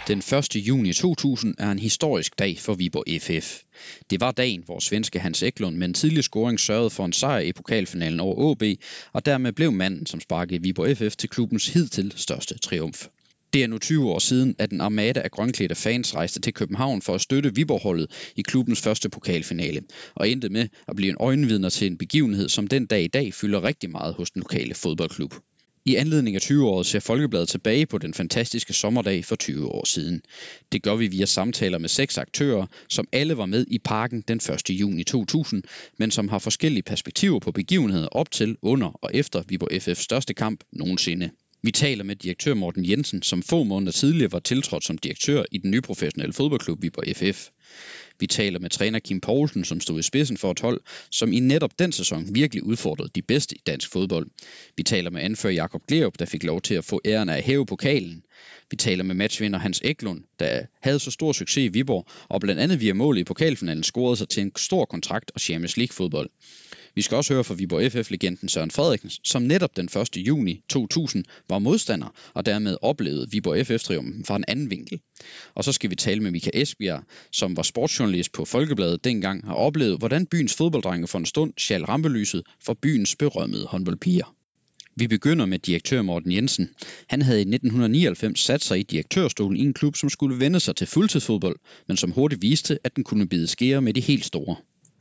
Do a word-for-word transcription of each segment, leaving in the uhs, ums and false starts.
Den første juni to tusind er en historisk dag for Viborg F F. Det var dagen, hvor svenske Hans Eklund med en tidlig scoring sørgede for en sejr i pokalfinalen over A B, og dermed blev manden, som sparkede Viborg F F til klubbens hidtil største triumf. Det er nu tyve år siden, at en armada af grønklædte fans rejste til København for at støtte Viborg-holdet i klubbens første pokalfinale, og endte med at blive en øjenvidner til en begivenhed, som den dag i dag fylder rigtig meget hos den lokale fodboldklub. I anledning af tyve-året ser Folkebladet tilbage på den fantastiske sommerdag for tyve år siden. Det gør vi via samtaler med seks aktører, som alle var med i Parken den første juni to tusind, men som har forskellige perspektiver på begivenheder op til, under og efter Viborg F F's største kamp nogensinde. Vi taler med direktør Morten Jensen, som få måneder tidligere var tiltrådt som direktør i den nye professionelle fodboldklub Viborg F F. Vi taler med træner Kim Poulsen, som stod i spidsen for et hold, som i netop den sæson virkelig udfordrede de bedste i dansk fodbold. Vi taler med anfører Jakob Glerup, der fik lov til at få æren af at hæve pokalen. Vi taler med matchvinder Hans Eklund, der havde så stor succes i Viborg, og blandt andet via målet i pokalfinalen scorede sig til en stor kontrakt og Champions League fodbold. Vi skal også høre fra Viborg F F-legenden Søren Frederiksen, som netop den første juni to tusind var modstander og dermed oplevede Viborg F F-triumfen fra en anden vinkel. Og så skal vi tale med Michael Esbjerg, som var sportsjournalist på Folkebladet dengang og oplevede, hvordan byens fodbolddrenge for en stund stjal rampelyset for byens berømmede håndboldpiger. Vi begynder med direktør Morten Jensen. Han havde i nitten nioghalvfems sat sig i direktørstolen i en klub, som skulle vende sig til fuldtidsfodbold, men som hurtigt viste, at den kunne bide skære med de helt store.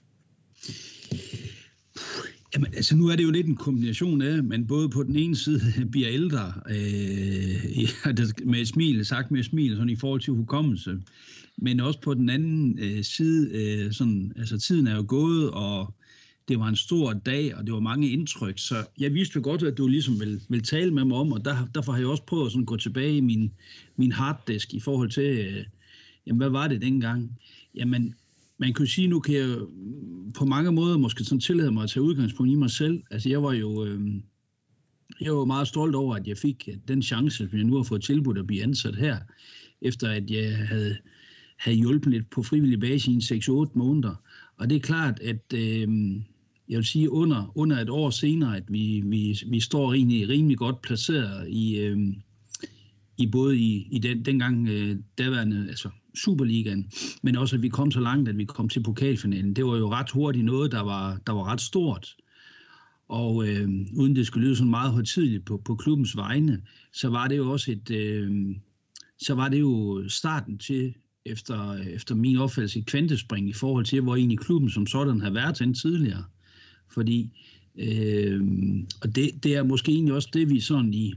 Jamen, altså nu er det jo lidt en kombination af, men både på den ene side bliver ældre, øh, med et smil, sagt med et smil, sådan i forhold til hukommelse, men også på den anden øh, side, øh, sådan, altså tiden er jo gået, og det var en stor dag, og det var mange indtryk, så jeg vidste jo godt, at du ligesom ville, ville tale med mig om, og der, derfor har jeg også prøvet at sådan gå tilbage i min, min harddisk i forhold til, øh, jamen hvad var det dengang? Jamen, man kan sige, nu kan jeg på mange måder måske sådan tillade mig at tage udgangspunkt i mig selv. Altså jeg var jo øh, jeg var meget stolt over, at jeg fik den chance, som jeg nu har fået tilbudt at blive ansat her, efter at jeg havde, havde hjulpet lidt på frivillig basis i en seks otte måneder. Og det er klart, at øh, jeg vil sige, under, under et år senere, at vi, vi, vi står rimelig, rimelig godt placeret i, øh, i både i, i den, dengang øh, daværende, altså Superligaen, men også at vi kom så langt, at vi kom til pokalfinalen. Det var jo ret hurtigt noget, der var, der var ret stort. Og øh, uden det skulle lyde sådan meget højtideligt på, på klubbens vegne, så var det jo også et, øh, så var det jo starten til, efter, efter min opfattelse, et kvantespring i forhold til, hvor egentlig klubben som sådan har været den tidligere. Fordi, øh, og det, det er måske egentlig også det, vi sådan i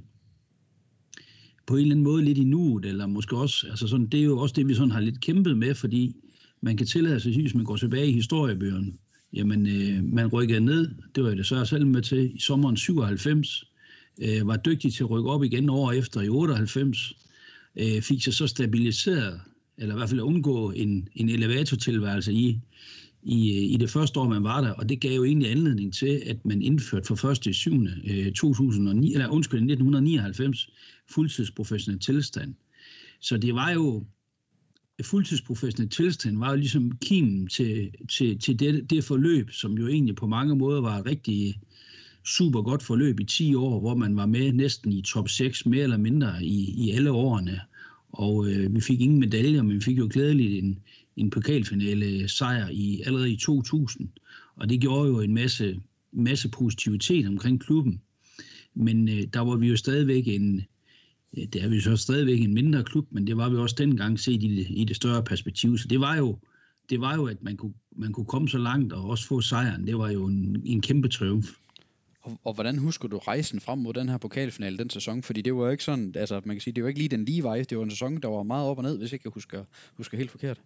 på en eller anden måde lidt i nuet, eller måske også, altså sådan, det er jo også det, vi sådan har lidt kæmpet med, fordi man kan tillade sig, hvis man går tilbage i historiebøgerne, jamen øh, man rykkede ned, det var jeg det så selv med til, i sommeren syvoghalvfems, øh, var dygtig til at rykke op igen år efter i otteoghalvfems, øh, fik sig så stabiliseret, eller i hvert fald at undgå en, en elevatortilværelse i, i, i det første år, man var der, og det gav jo egentlig anledning til, at man indførte for første i syvende øh, to tusind og ni, eller undskyld, nitten nioghalvfems, fuldtidsprofessionel tilstand. Så det var jo, fuldtidsprofessionel tilstand var jo ligesom kimen til, til, til det, det forløb, som jo egentlig på mange måder var et rigtig super godt forløb i ti år, hvor man var med næsten i top seks, mere eller mindre i, i alle årene. Og øh, vi fik ingen medaljer, men vi fik jo glædeligt en, en pokalfinale sejr i, allerede i to tusind. Og det gjorde jo en masse, masse positivitet omkring klubben. Men øh, der var vi jo stadigvæk en, det er vi så stadigvæk en mindre klub, men det var vi også dengang set i det, i det større perspektiv. Så det var jo, det var jo at man kunne, man kunne komme så langt og også få sejren. Det var jo en, en kæmpe triumf. Og, og hvordan husker du rejsen frem mod den her pokalfinale den sæson? Fordi det var jo ikke sådan, altså man kan sige, det var ikke lige den lige vej. Det var en sæson, der var meget op og ned, hvis ikke jeg husker, husker helt forkert.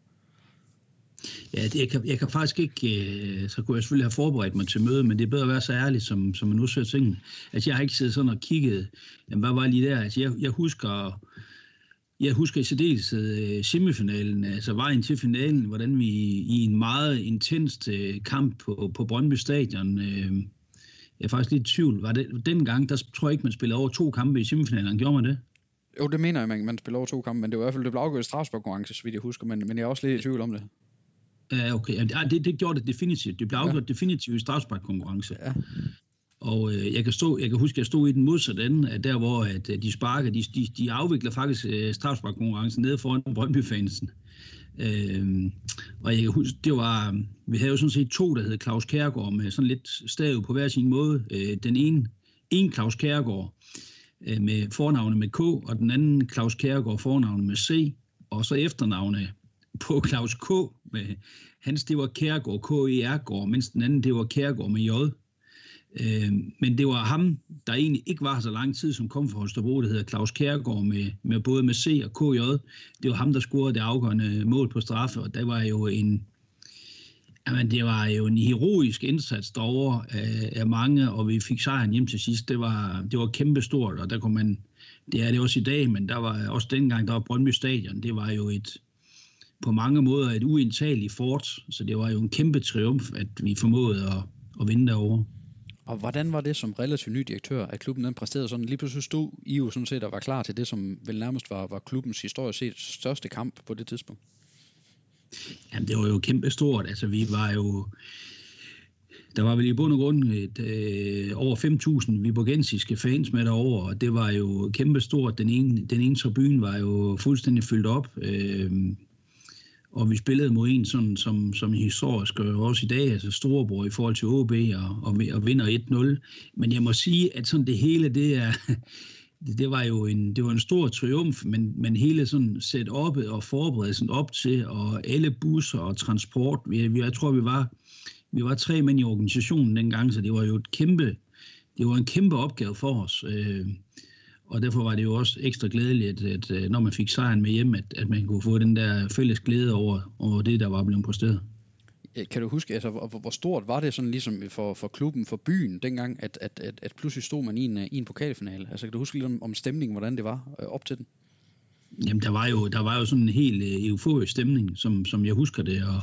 Ja, det, jeg, kan, jeg kan faktisk ikke, øh, så kunne jeg selvfølgelig have forberedt mig til møde, men det er bedre at være så ærlig, som, som man nu ser tingene. Altså jeg har ikke siddet sådan og kigget, jamen hvad var lige der? Altså jeg, jeg husker, jeg husker i særdeleshed øh, semifinalen, altså vejen til finalen, hvordan vi i en meget intenst øh, kamp på, på Brøndby Stadion, øh, jeg er faktisk lidt i tvivl, var det dengang, der tror jeg ikke, man spillede over to kampe i semifinalen, gjorde man det? Jo, det mener jeg, man, man spiller over to kampe, men det var i hvert fald, det blev afgjort strafsparkkonkurrence, så vidt jeg husker, men, men jeg er også lidt i tvivl om det. Ja, okay. Ja, det, det gjorde det definitivt. Det blev afgjort ja. definitivt i strafsparkkonkurrence. Ja. Og øh, jeg, kan stå, jeg kan huske, at jeg stod i den modsatte ende, at der hvor at, de sparker, de, de, de afvikler faktisk øh, strafsparkkonkurrencen nede foran Brøndby-fansen. Øh, og jeg kan huske, det var, vi havde jo sådan set to, der hed Claus Kjærgaard, med sådan lidt stav på hver sin måde. Øh, den ene, en Claus Kjærgaard øh, med fornavnet med K, og den anden Claus Kjærgaard fornavnet med C, og så efternavnet på Claus K. Med, hans, det var Kjærgaard, K E R Gård, mens den anden, det var Kjærgaard med J. Øh, men det var ham, der egentlig ikke var så lang tid, som kom fra Holstebro, der hedder Claus Kjærgaard med, med både med C og K J. Det var ham, der scorede det afgørende mål på straffe, og det var jo en, jamen, det var jo en heroisk indsats derovre af, af mange, og vi fik sejren hjem til sidst. Det var, det var kæmpestort, og der kunne man, det er det også i dag, men der var også dengang, der var Brøndby Stadion, det var jo et, på mange måder et uindtageligt fort, så det var jo en kæmpe triumf, at vi formåede at, at vinde derovre. Og hvordan var det som relativt ny direktør, at klubben den præsterede sådan? Lige pludselig stod I jo sådan set og var klar til det, som vel nærmest var, var klubbens historisk set største kamp på det tidspunkt. Jamen, det var jo kæmpe stort. Altså, vi var jo... Der var vel i bund og grund et, øh, over fem tusind viborgensiske fans med derovre, og det var jo kæmpe stort. Den ene, den ene tribune var jo fuldstændig fyldt op, øh, og vi spillede mod en, sådan, som, som historisk, og også i dag, altså Storebror i forhold til O B, og, og, og vinder et nul. Men jeg må sige, at sådan det hele, det er... Det, det var jo en, det var en stor triumf, men, men hele sådan setup'et og forberedelsen op til, og alle busser og transport, vi, vi, jeg tror, vi var, vi var tre mænd i organisationen dengang, så det var jo et kæmpe, det var en kæmpe opgave for os. Øh, og derfor var det jo også ekstra glædeligt, at, at når man fik sejren med hjem, at, at man kunne få den der fælles glæde over, over det, der var blevet præsteret. Kan du huske, altså, hvor, hvor stort var det sådan ligesom for, for klubben, for byen dengang, at, at, at, at pludselig stod man i en, i en pokalfinale? Altså, kan du huske lidt om, om stemningen, hvordan det var øh, op til den? Jamen, der var jo, der var jo sådan en helt øh, euforisk stemning, som, som jeg husker det, og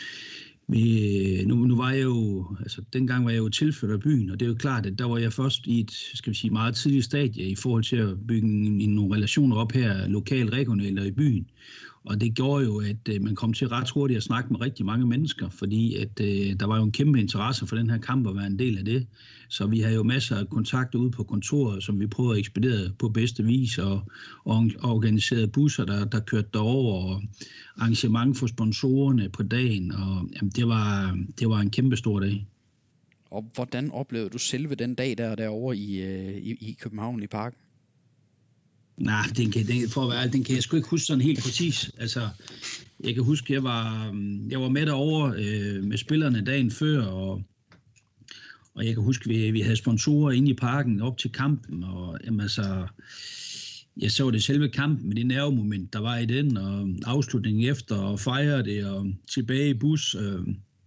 vi, nu, nu var jeg jo, altså dengang var jeg jo tilflyttet af byen, og det er jo klart, at der var jeg først i et, skal vi sige, meget tidligt stadie i forhold til at bygge en, en, nogle relationer op her, lokalt, regionalt og i byen. Og det gjorde jo, at øh, man kom til ret hurtigt at snakke med rigtig mange mennesker, fordi at, øh, der var jo en kæmpe interesse for den her kamp at være en del af det. Så vi havde jo masser af kontakter ude på kontoret, som vi prøvede at ekspedere på bedste vis, og, og organiserede busser, der, der kørte derover, og arrangement for sponsorerne på dagen. Og jamen, det, var, det var en kæmpe stor dag. Og hvordan oplevede du selve den dag der derovre i, øh, i, i København i Parken? Nej, den kan, den, for at være, den kan jeg sgu ikke huske sådan helt præcis. Altså, jeg kan huske, jeg var, jeg var med derovre øh, med spillerne dagen før, og, og jeg kan huske, vi, vi havde sponsorer inde i parken op til kampen, og jamen, altså, jeg så det selve kampen med det nervemoment, der var i den, og afslutningen efter, og fejre det, og tilbage i bus, øh,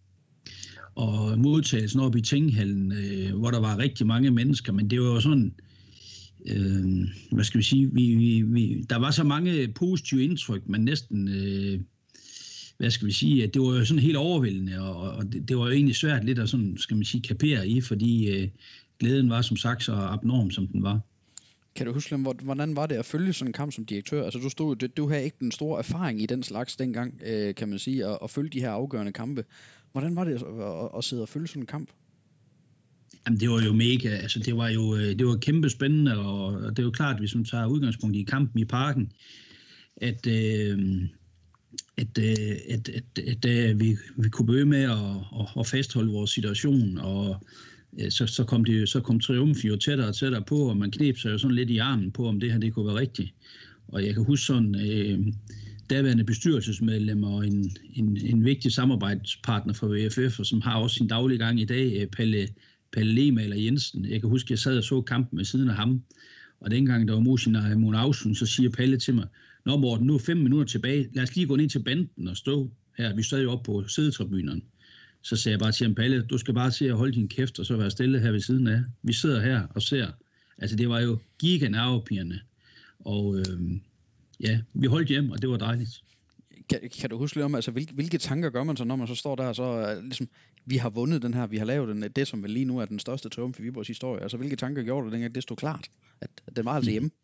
og modtagelsen op i Tinghallen, øh, hvor der var rigtig mange mennesker, men det var jo sådan... Øh, hvad skal vi sige, vi, vi, vi, der var så mange positive indtryk, men næsten, øh, hvad skal vi sige, at det var jo sådan helt overvældende, og, og det, det var jo egentlig svært lidt at sådan, skal man sige, kapere i, fordi øh, glæden var som sagt så abnorm, som den var. Kan du huske, hvordan var det at følge sådan en kamp som direktør? Altså du stod, du, du havde ikke den store erfaring i den slags dengang, øh, kan man sige, at, at følge de her afgørende kampe. Hvordan var det at, at, at sidde og følge sådan en kamp? Jamen, det var jo mega, altså det var jo det var kæmpe spændende, og det er jo klart, hvis man tager udgangspunkt i kampen i Parken, at, øh, at, at, at, at, at vi, vi kunne bøge med at, at, at fastholde vores situation, og så, så, kom det, så kom triumfen jo tættere og tættere på, og man kneb sig jo sådan lidt i armen på, om det her det kunne være rigtigt. Og jeg kan huske sådan, øh, daværende bestyrelsesmedlem og en, en, en vigtig samarbejdspartner for V F F, og som har også sin daglige gang i dag, Palle Palle Lemaler Jensen. Jeg kan huske, at jeg sad og så kampen ved siden af ham, og dengang der var Mosin og Mon Ausen, så siger Palle til mig, nå Morten, nu er fem minutter tilbage, lad os lige gå ned til banden og stå her. Vi stod jo oppe på sædetribunerne. Så sagde jeg bare til ham, Palle, du skal bare se at holde din kæft, og så være stille her ved siden af. Vi sidder her og ser. Altså det var jo giganervepirrende, og øh, ja, vi holdt hjem, og det var dejligt. Kan, kan du huske lidt om, altså hvilke, hvilke tanker gør man så, når man så står der, og så ligesom, vi har vundet den her, vi har lavet den, det som vel lige nu er den største triumf i Viborgs historie, altså hvilke tanker gjorde du dengang, det stod klart, at, at den var altså hjemme?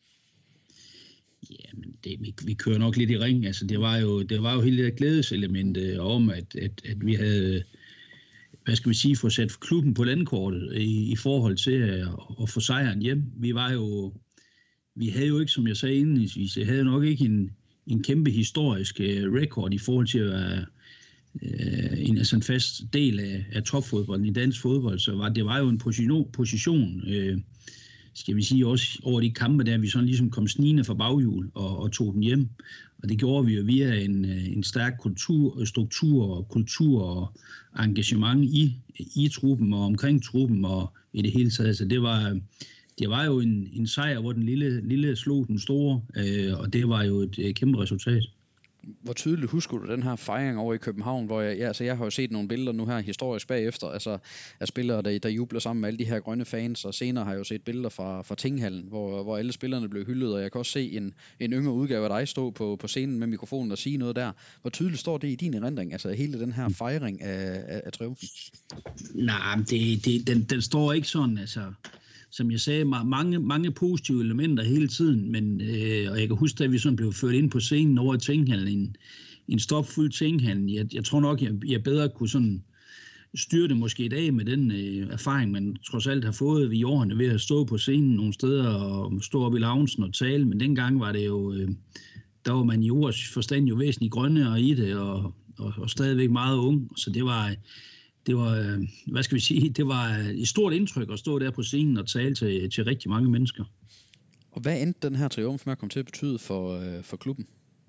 Ja, men det, vi, vi kører nok lidt i ring, altså det var jo, det var jo hele det glædeselementet om, at, at, at vi havde, hvad skal vi sige, få sat klubben på landkortet i, i forhold til at, at få sejren hjem. Vi var jo, vi havde jo ikke, som jeg sagde indledningsvis, jeg havde nok ikke en, en kæmpe historisk rekord i forhold til at være øh, en, altså en fast del af, af topfodbolden i dansk fodbold, så var, det var jo en position, position øh, skal vi sige også over de kampe, der vi sådan ligesom kom snigende fra baghjul og, og tog den hjem. Og det gjorde vi jo via en, en stærk kultur, struktur og kultur og engagement i, i truppen og omkring truppen og i det hele taget. Så det var, det var jo en, en sejr, hvor den lille, lille slog den store, øh, og det var jo et, et kæmpe resultat. Hvor tydeligt husker du den her fejring over i København, hvor jeg, ja, altså jeg har jo set nogle billeder nu her historisk bagefter, altså af spillere, der, der jubler sammen med alle de her grønne fans, og senere har jeg jo set billeder fra, fra Tinghallen, hvor, hvor alle spillerne blev hyldet, og jeg kan også se en, en yngre udgave af dig stå på, på scenen med mikrofonen og sige noget der. Hvor tydeligt står det i din erindring, altså hele den her fejring af, af, af triumfen? Nej, det, det, den, den står ikke sådan, altså... Som jeg sagde, mange, mange positive elementer hele tiden, men, øh, og jeg kan huske, at vi sådan blev ført ind på scenen over i Tinghallen, en, en stopfuld Tinghallen. Jeg, jeg tror nok, jeg, jeg bedre kunne sådan styre det måske i dag med den øh, erfaring, man trods alt har fået i årene ved at stå på scenen nogle steder og stå op i loungen og tale, men dengang var det jo, øh, der var man i ords forstand jo væsentligt grønnere i det, og, og, og stadigvæk meget ung, så det var... Det var, hvad skal vi sige, det var et stort indtryk at stå der på scenen og tale til, til rigtig mange mennesker. Og hvad endte den her triumf med at komme til at betyde for, for klubben?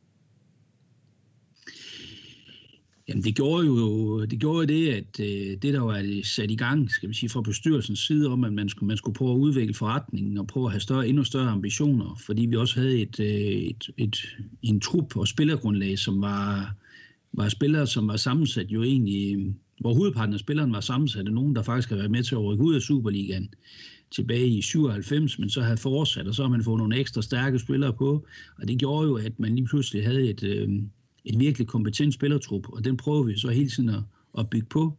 Jamen det gjorde jo det, gjorde det at det, der var sat i gang, skal vi sige, fra bestyrelsens side om, at man skulle, man skulle prøve at udvikle forretningen og prøve at have større, endnu større ambitioner, fordi vi også havde et, et, et, en trup og spillergrundlag, som var, var spillere, som var sammensat jo egentlig... hvor hovedparten af spillerne var sammensat af nogen, der faktisk har været med til at rykke ud af Superligaen tilbage i syvoghalvfems, men så havde fortsat, og så har man fået nogle ekstra stærke spillere på, og det gjorde jo, at man lige pludselig havde et, øh, et virkelig kompetent spillertrup, og den prøver vi så hele tiden at, at bygge på.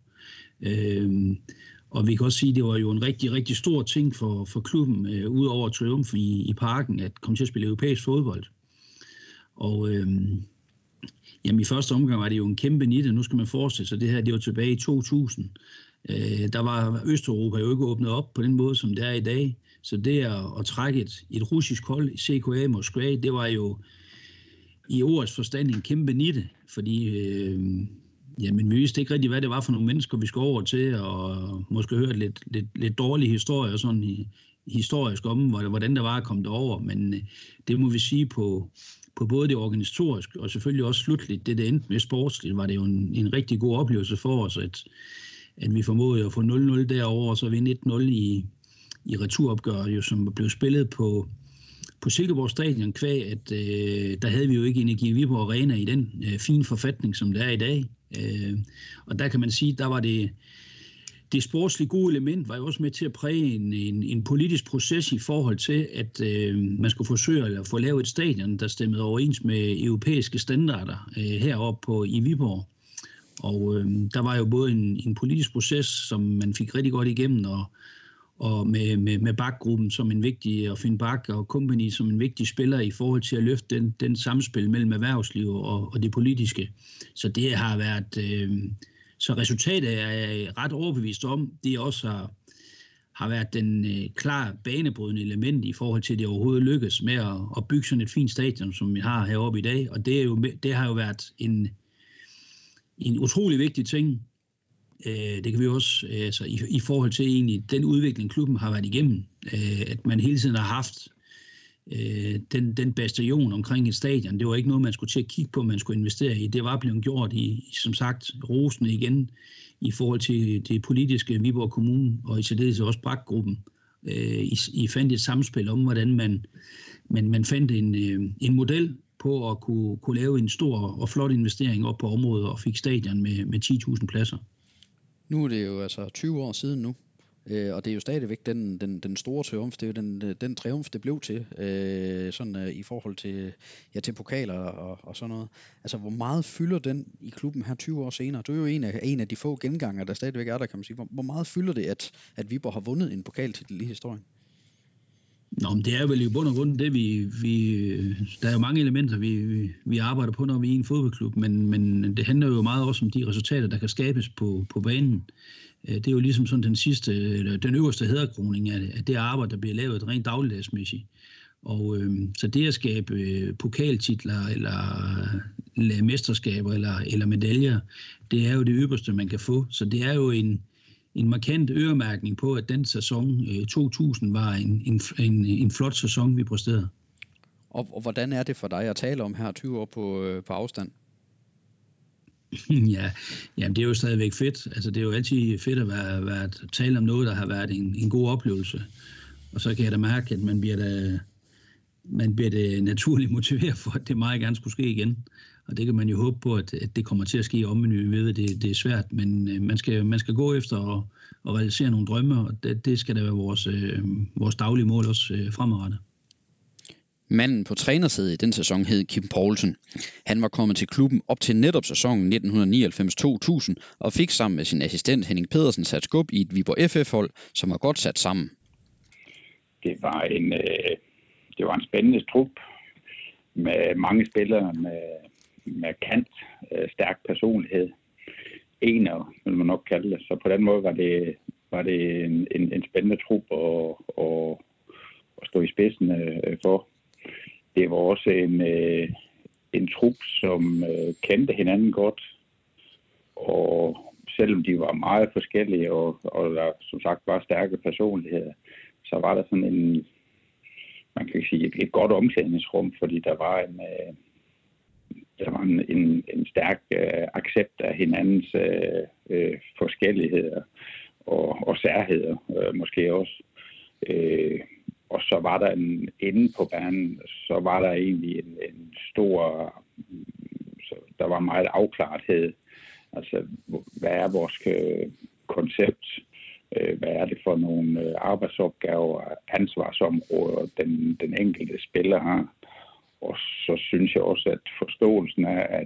Øh, og vi kan også sige, at det var jo en rigtig, rigtig stor ting for, for klubben, øh, ud over triumfen i, i parken, at komme til at spille europæisk fodbold. Og... Øh, Jamen i første omgang var det jo en kæmpe nitte. Nu skal man forestille sig, det her det var tilbage i to tusind. Øh, der var Østeuropa jo ikke åbnet op på den måde, som det er i dag. Så det at, at trække et, et russisk hold, C K A Moskva, det var jo i ordets forstand en kæmpe nitte. Fordi øh, jamen, vi vidste ikke rigtig, hvad det var for nogle mennesker, vi skulle over til, og måske høre lidt, lidt, lidt dårlige historier sådan i, historisk om, hvordan der var at komme derover. Men øh, det må vi sige på... På både det organisatoriske og selvfølgelig også slutligt, det der endte med sportsligt, var det jo en, en rigtig god oplevelse for os, at, at vi formåede at få nul nul derovre, og så vinde et nul i, i returopgøret, jo, som blev spillet på, på Silkeborg Stadion, kvæg, at øh, der havde vi jo ikke Energi Viborg Arena i den øh, fine forfatning, som det er i dag. Øh, og der kan man sige, der var det... Det sportslige gode element var jo også med til at præge en, en, en politisk proces i forhold til, at øh, man skulle forsøge at få lavet et stadion, der stemmede overens med europæiske standarder øh, heroppe på, i Viborg. Og øh, der var jo både en, en politisk proces, som man fik rigtig godt igennem, og, og med, med, med Bak-gruppen som en vigtig, og Finn Bak og company som en vigtig spiller i forhold til at løfte den, den samspil mellem erhvervsliv og, og det politiske. Så det har været... Øh, Så resultatet er jeg ret overbevist om, det også har, har været den øh, klar banebrydende element i forhold til, at det overhovedet lykkes med at, at bygge sådan et fint stadion, som vi har heroppe i dag. Og det, er jo, det har jo været en, en utrolig vigtig ting. Øh, det kan vi også, altså i, i forhold til egentlig den udvikling, klubben har været igennem, øh, at man hele tiden har haft øh, den, den bastion omkring et stadion. Det var ikke noget, man skulle til at kigge på, man skulle investere i. Det var blevet gjort i, som sagt, rosende igen i forhold til det politiske Viborg Kommune, og i særdeleshed også Bak-gruppen. Øh, I, I fandt et samspil om, hvordan man, man, man fandt en, øh, en model på at kunne, kunne lave en stor og flot investering op på området, og fik stadion med, med ti tusind pladser. Nu er det jo altså tyve år siden nu. Øh, og det er jo stadigvæk den, den, den store triumf, det er jo den, den triumf, det blev til, øh, sådan øh, i forhold til, ja, til pokaler og, og sådan noget. Altså, hvor meget fylder den i klubben her tyve år senere? Du er jo en af, en af de få genganger, der stadigvæk er der, kan man sige. Hvor, hvor meget fylder det, at, at Viborg har vundet en pokaltitel i historien? Nå, men det er vel i bund og grund det, vi, vi... Der er jo mange elementer, vi, vi arbejder på, når vi er i en fodboldklub, men, men det handler jo meget også om de resultater, der kan skabes på, på banen. Det er jo ligesom sådan den sidste, den øverste hæderkroning af det arbejde, der bliver lavet rent dagligdagsmæssigt. Og øh, så det at skabe øh, pokaltitler, eller, eller mesterskaber, eller, eller medaljer, det er jo det ypperste, man kan få. Så det er jo en, en markant øremærkning på, at den sæson øh, to tusind var en, en, en, en flot sæson, vi præsterede. Og, og hvordan er det for dig at tale om her tyve år på, øh, på afstand? Ja, jamen det er jo stadigvæk fedt. Altså det er jo altid fedt at, være, være, at tale om noget, der har været en, en god oplevelse. Og så kan jeg da mærke, at man bliver da, man bliver det naturligt motiveret for, at det meget gerne skulle ske igen. Og det kan man jo håbe på, at, at det kommer til at ske om. Vi ved, at det, det er svært, men øh, man, skal, man skal gå efter og, og realisere nogle drømme, og det, det skal da være vores, øh, vores daglige mål også øh, fremadrettet. Manden på trænersædet i den sæson hed Kim Poulsen. Han var kommet til klubben op til netop sæsonen nitten nioghalvfems to tusind og fik sammen med sin assistent Henning Pedersen sat skub i et Viborg F F-hold, som var godt sat sammen. Det var en, øh, det var en spændende trup med mange spillere med, med kant, øh, stærk personlighed. Ener, vil man nok kalde det. Så på den måde var det, var det en, en, en spændende trup at, at, at stå i spidsen øh, for. Det var også en, øh, en trup, som øh, kendte hinanden godt, og selvom de var meget forskellige, og, og der som sagt var stærke personligheder, så var der sådan en, man kan sige, et, et godt omklædningsrum, fordi der var en, øh, der var en, en, en stærk øh, accept af hinandens øh, øh, forskelligheder og, og særheder, øh, måske også. Øh, Og så var der en, inde på banen, så var der egentlig en, en stor, så der var meget afklarethed. Altså, hvad er vores koncept? Hvad er det for nogle arbejdsopgaver, ansvarsområder, den, den enkelte spiller har? Og så synes jeg også, at forståelsen af, at,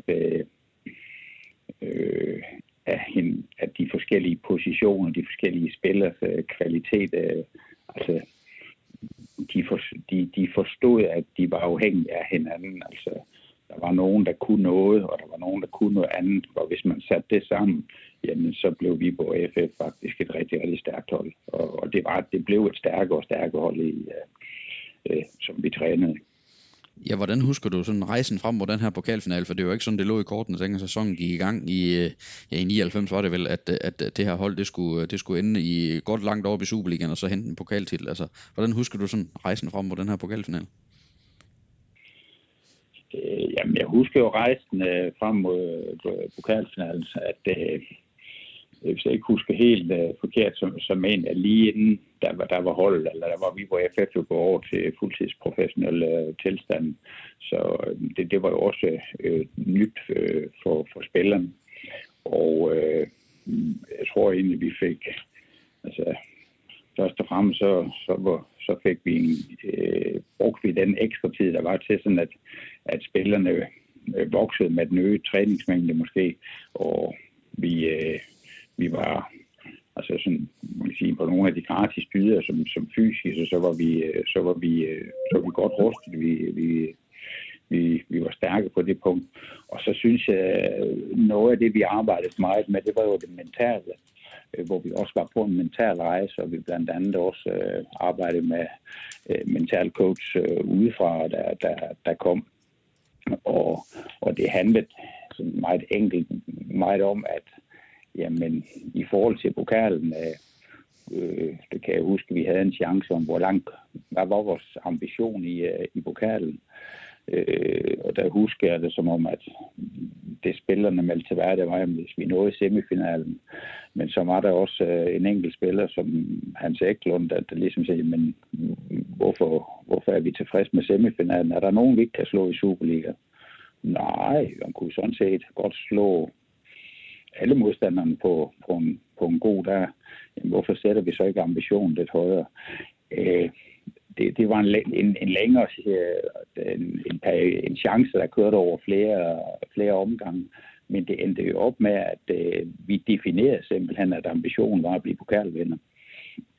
øh, af, hende, at de forskellige positioner, de forskellige spillers kvalitet, altså, De, for, de, de forstod, at de var afhængige af hinanden. Altså, der var nogen, der kunne noget, og der var nogen, der kunne noget andet. Og hvis man satte det sammen, jamen, så blev Viborg F F faktisk et rigtig, rigtig stærkt hold. Og, og det, var, det blev et stærkere og stærkere hold, i, øh, som vi trænede. Ja, hvordan husker du sådan rejsen frem mod den her pokalfinale? For det var jo ikke sådan, det lå i kortene, dengang sæsonen gik i gang. I, ja, i nioghalvfems var det vel, at, at det her hold, det skulle, det skulle ende i godt langt op i Superligaen, og så hente en pokaltitel. Altså, hvordan husker du sådan rejsen frem mod den her pokalfinale? Øh, jamen, jeg husker jo rejsen øh, frem mod øh, pokalfinalen, at øh, hvis jeg ikke husker helt øh, forkert, som, som en af lige inden der var, der var hold, eller der var Viborg F F jo gå over til fuldtidsprofessionel øh, tilstand. Så øh, det, det var jo også øh, nyt øh, for, for spillerne. Og øh, jeg tror egentlig, vi fik, altså først og fremmest, så, så, så fik vi, øh, brugte vi den ekstra tid, der var til sådan, at, at spillerne øh, voksede med den øgede træningsmængde måske, og vi... Øh, Vi var altså sådan, man kan sige, på nogle af de gratis dyder som, som fysisk, så var vi så var vi så var vi godt rustet. Vi, vi, vi, vi var stærke på det punkt. Og så synes jeg, noget af det, vi arbejdede meget med, det var jo det mentale, hvor vi også var på en mental rejse, og vi blandt andet også øh, arbejdede med øh, mental coach øh, udefra, der, der, der kom. Og, og det handlede sådan meget enkelt meget om, at jamen, i forhold til pokalen, øh, det kan jeg huske, vi havde en chance om, hvor langt, hvad var vores ambition i, øh, i pokalen. Øh, og der husker jeg det som om, at det spillerne meldte til hverdag var, hvis vi nåede semifinalen. Men så var der også øh, en enkelt spiller, som Hans Eklund, der, der ligesom siger, men hvorfor, hvorfor er vi tilfredse med semifinalen? Er der nogen, vi ikke kan slå i Superliga? Nej, man kunne sådan set godt slå alle modstanderne på, på, en, på en god dag. Hvorfor sætter vi så ikke ambitionen lidt højere? Øh, det, det var en, en, en længere en, en, en chance, der kørte over flere, flere omgange. Men det endte jo op med, at øh, vi definerede simpelthen, at ambitionen var at blive pokalvinder.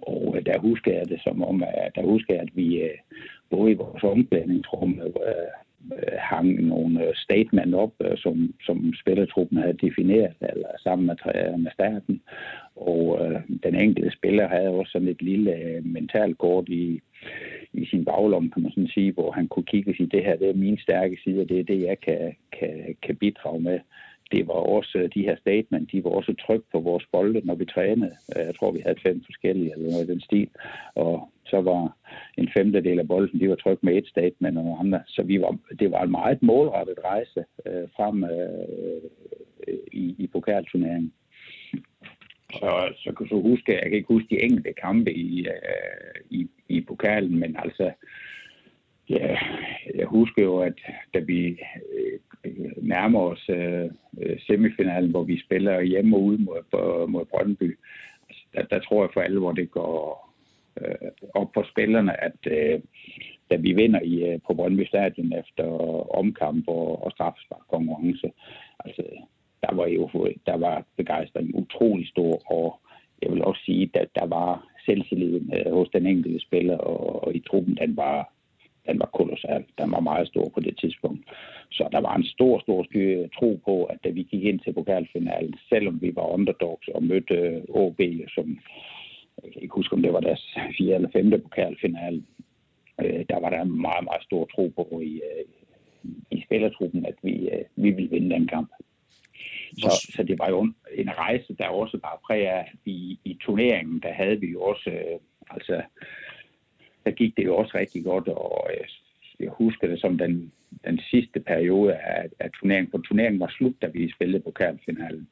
Og der husker jeg det som om, at der husker jeg, at vi både i vores omklædningsrum hang nogle statement op, som, som spillertruppen havde defineret, eller sammen med, med starten. Og øh, den enkelte spiller havde også sådan et lille øh, mentalt kort i, i sin baglomme, kan man sådan sige, hvor han kunne kigge og sige, det her det er min stærke side, og det er det, jeg kan, kan, kan bidrage med. Det var også, de her statement, de var også trykt på vores bolde, når vi trænede. Jeg tror, vi havde fem forskellige, eller noget i den stil. Og så var en femtedel af bolden, de var trykt med et statement og nogle andre. Så vi var, det var en meget målrettet rejse øh, frem øh, i, i pokalturneringen. Så, så kan du huske, jeg kan ikke huske de enkelte kampe i, øh, i, i pokalen, men altså, ja, jeg husker jo, at da vi øh, nærmer os øh, semifinalen, hvor vi spiller hjemme og ude mod, mod Brøndby, altså, der, der tror jeg for alvor, det går øh, op for spillerne, at øh, da vi vinder i, øh, på Brøndby Stadion efter omkamp og, og straffesparkkonkurrence, altså der var jo der var begejstring utrolig stor, og jeg vil også sige, at der var selvtilliden øh, hos den enkelte spiller, og, og i truppen, den var den var kolossal. Den var meget stor på det tidspunkt. Så der var en stor, stor styr tro på, at da vi gik ind til pokalfinalen, selvom vi var underdogs og mødte øh, O B, som jeg kan ikke huske, om det var deres fjerde eller femte pokalfinale, øh, der var der en meget, meget stor tro på i, øh, i spillertruppen, at vi, øh, vi ville vinde den kamp. Så, så det var jo en rejse, der også var præg af, at i, i turneringen, der havde vi jo også, øh, altså, der gik det jo også rigtig godt, og øh, jeg husker det som den, den sidste periode af, af turneringen, for turneringen var slut, da vi spillede pokalfinalen.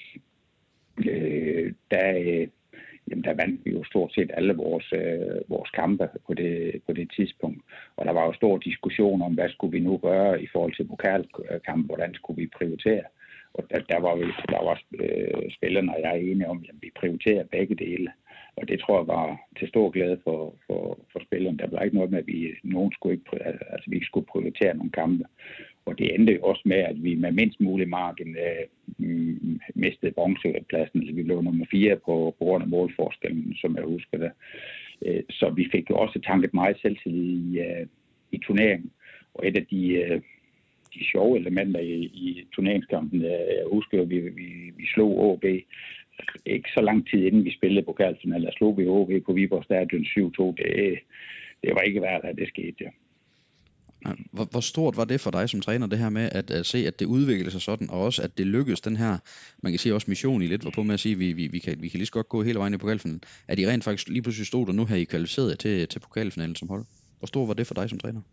Øh, der, øh, jamen, der vandt vi jo stort set alle vores, øh, vores kampe på det, på det tidspunkt, og der var jo stor diskussion om, hvad skulle vi nu gøre i forhold til pokalkamp, hvordan skulle vi prioritere. Og der, der var, der var øh, spillerne, og jeg er enige om, at vi prioriterer begge dele. Og det tror jeg var til stor glæde for, for, for spillerne. Der var ikke noget med, at vi, nogen skulle ikke, altså, vi ikke skulle prioritere nogle kampe. Og det endte jo også med, at vi med mindst mulig margin øh, mistede bronzepladsen. Altså, vi blev nummer fire på, på grund af målforskellen, som jeg husker det. Øh, så vi fik jo også tanket meget selvtillid i, øh, i turneringen. Og et af de... Øh, de sjove elementer i, i turneringskampen. Jeg husker, at vi, vi, vi slog O B ikke så lang tid inden vi spillede pokalfinalen. Der slog vi O B på Viborg Stadion syv to. Det, det var ikke værd, at det skete. Ja. Hvor, hvor stort var det for dig som træner, det her med at, at se, at det udviklede sig sådan, og også at det lykkedes den her, man kan sige også mission i lidt, var på med at sige, at vi, vi, vi, kan, vi kan lige så godt gå hele vejen i pokalfinalen. At I rent faktisk lige pludselig stod der nu her, I kvalificeret til, til pokalfinalen som hold. Hvor stort var det for dig som træner?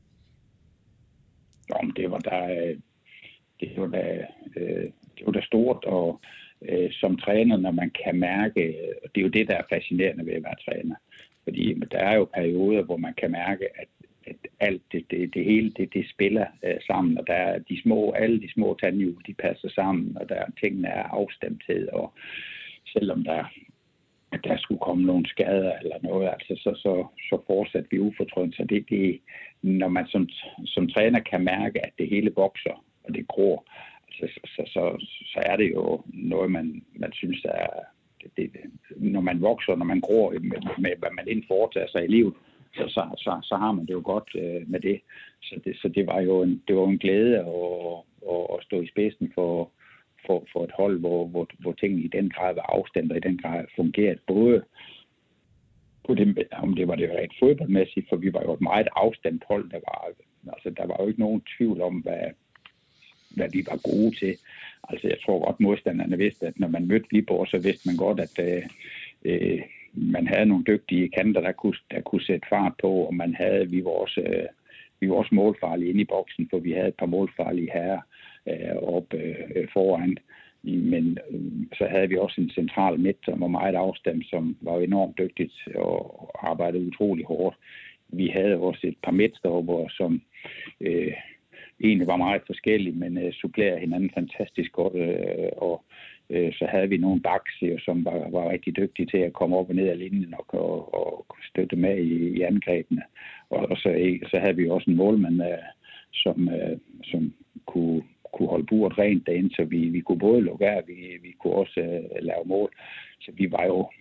Jo, det var da, det var da, det var da stort, og øh, som træner, når man kan mærke, og det er jo det, der er fascinerende ved at være træner, fordi der er jo perioder, hvor man kan mærke, at, at alt det, det, det hele, det, det spiller øh, sammen, og der er de små, alle de små tandhjul, de passer sammen, og der er tingene er afstemthed, og selvom der at der skulle komme nogle skader eller noget, altså så, så, så fortsatte vi ufortrødent. Så det, det, når man som, som træner kan mærke, at det hele vokser, og det gror, altså, så, så, så er det jo noget, man, man synes er... Det, det, når man vokser, når man gror med, med hvad man inden foretager sig i livet, så, så, så, så har man det jo godt øh, med det. Så det, så det var jo en, det var en glæde at, at, at stå i spidsen for... For, for et hold, hvor, hvor, hvor tingene i den grad var afstemt, og i den grad fungeret, både på det, om det var det rent fodboldmæssigt, for vi var jo et meget afstemt hold, der var, altså der var jo ikke nogen tvivl om, hvad, hvad vi var gode til. Altså jeg tror godt, modstanderne vidste, at når man mødte Viborg, så vidste man godt, at øh, man havde nogle dygtige kanter, der kunne, der kunne sætte fart på, og man havde, vi var også, øh, vi var også målfarlige inde i boksen, for vi havde et par målfarlige herrer op øh, foran. Men øh, så havde vi også en central midt, som var meget afstemt, som var enormt dygtigt og arbejdede utrolig hårdt. Vi havde også et par midtstopper, som øh, egentlig var meget forskellige, men øh, supplerede hinanden fantastisk godt. Øh, og øh, så havde vi nogle backs, som var, var rigtig dygtige til at komme op og ned af linjen og, og, og støtte med i, i angrebene. Og, og så, så havde vi også en målmand, øh, som, øh, som kunne kunne holde buret rent derinde, så vi, vi kunne både lukke af, vi, vi kunne også uh, lave mål. Så vi var jo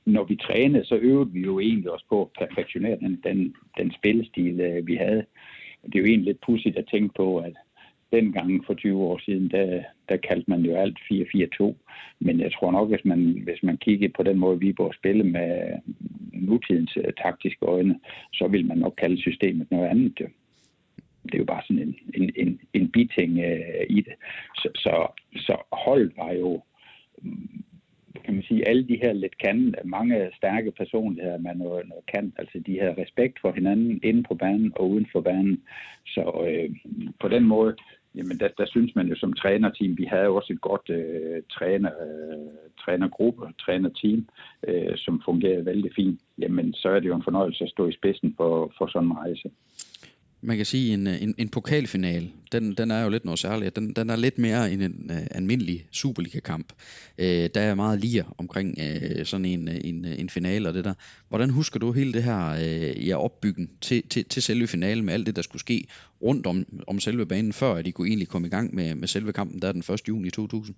når vi trænede, så øvede vi jo egentlig også på at perfektionere den, den, den spillestil, øh, vi havde. Det er jo egentlig lidt pudsigt at tænke på, at dengang for tyve år siden, der, der kaldte man jo alt fire fire to. Men jeg tror nok, hvis man, hvis man kiggede på den måde, Viborg spille med nutidens uh, taktiske øjne, så vil man nok kalde systemet noget andet. Det er jo bare sådan en, en, en, en biting uh, i det. Så, så, så holdet var jo, kan man sige, alle de her lidt kan, mange stærke personligheder, man noget, noget kan, altså de her respekt for hinanden inde på banen og uden for banen. Så øh, på den måde, jamen der, der synes man jo som trænerteam, vi havde også et godt øh, træner, øh, trænergruppe, trænerteam, øh, som fungerede vældig fint. Jamen så er det jo en fornøjelse at stå i spidsen for, for sådan en rejse. Man kan sige, en, en, en pokalfinale, den, den er jo lidt noget særligt. Den, den er lidt mere end en uh, almindelig Superliga-kamp. Uh, der er meget lige omkring uh, sådan en, en, en finale og det der. Hvordan husker du hele det her uh, ja, opbyggen til, til, til selve finalen med alt det, der skulle ske rundt om, om selve banen, før at de kunne egentlig komme i gang med, med selve kampen, der den første juni to tusind?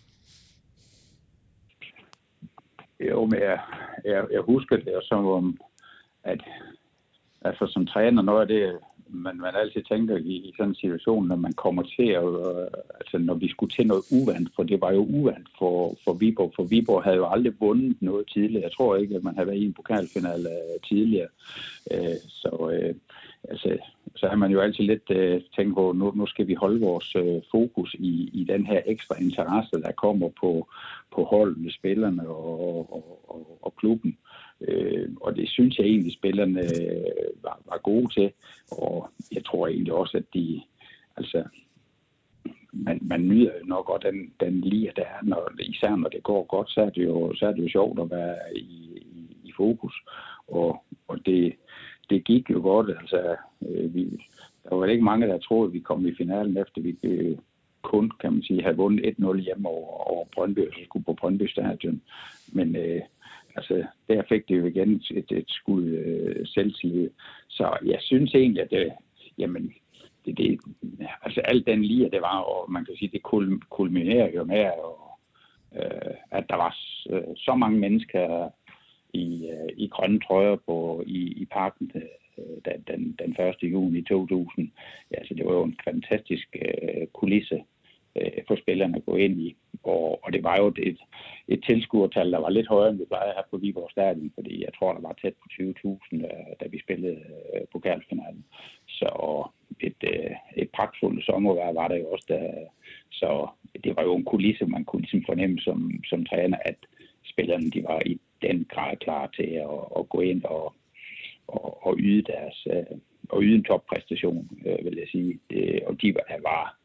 Jo, men jeg, jeg, jeg husker det jo som om, at altså som træner, noget af det, man, man altid tænker i, i sådan en situation, når man kommer til, at, øh, altså når vi skulle til noget uvant, for det var jo uvant for, for Viborg, for Viborg havde jo aldrig vundet noget tidligere. Jeg tror ikke, at man havde været i en pokalfinale øh, tidligere. Øh, så øh, altså, så har man jo altid lidt øh, tænkt på, nu, nu skal vi holde vores øh, fokus i, i den her ekstra interesse, der kommer på, på holdene, spillerne og, og, og, og klubben. Øh, og det synes jeg egentlig, spillerne øh, var, var gode til. Og jeg tror egentlig også, at de, altså, man, man nyder jo nok godt den, den lige, der er, når, især når det går godt, så er det jo, så er det jo sjovt at være i, i, i fokus. Og, og det, det gik jo godt. Altså, øh, vi, der var ikke mange, der troede, at vi kom i finalen, efter vi øh, kun, kan man sige, havde vundet et nul hjemme over, over Brøndby, og så skulle på Brøndby Stadion. Men øh, altså, der fik det jo igen et, et skud øh, selvtillid. Så jeg synes egentlig, at det, jamen, det, det, altså alt den lige, det var, og man kan sige, det kulminerer jo med, og, øh, at der var øh, så mange mennesker i, øh, i grønne trøjer på, i, i parken øh, den, den første juni to tusind. Ja, altså, det var jo en fantastisk øh, kulisse øh, for spillerne at gå ind i. Og, og det var jo et, et tilskuertal, der var lidt højere, end vi plejede her på Viborg Stadion, fordi jeg tror, der var tæt på tyve tusind, da vi spillede øh, pokalfinalen. Så et, øh, et pragtfuldt sommervejr var der jo også. Der, så det var jo en kulisse, man kunne ligesom fornemme som, som træner, at spillerne de var i den grad klar til at, at gå ind og, og, og yde deres øh, og yde en toppræstation, øh, vil jeg sige. Det, og de var, var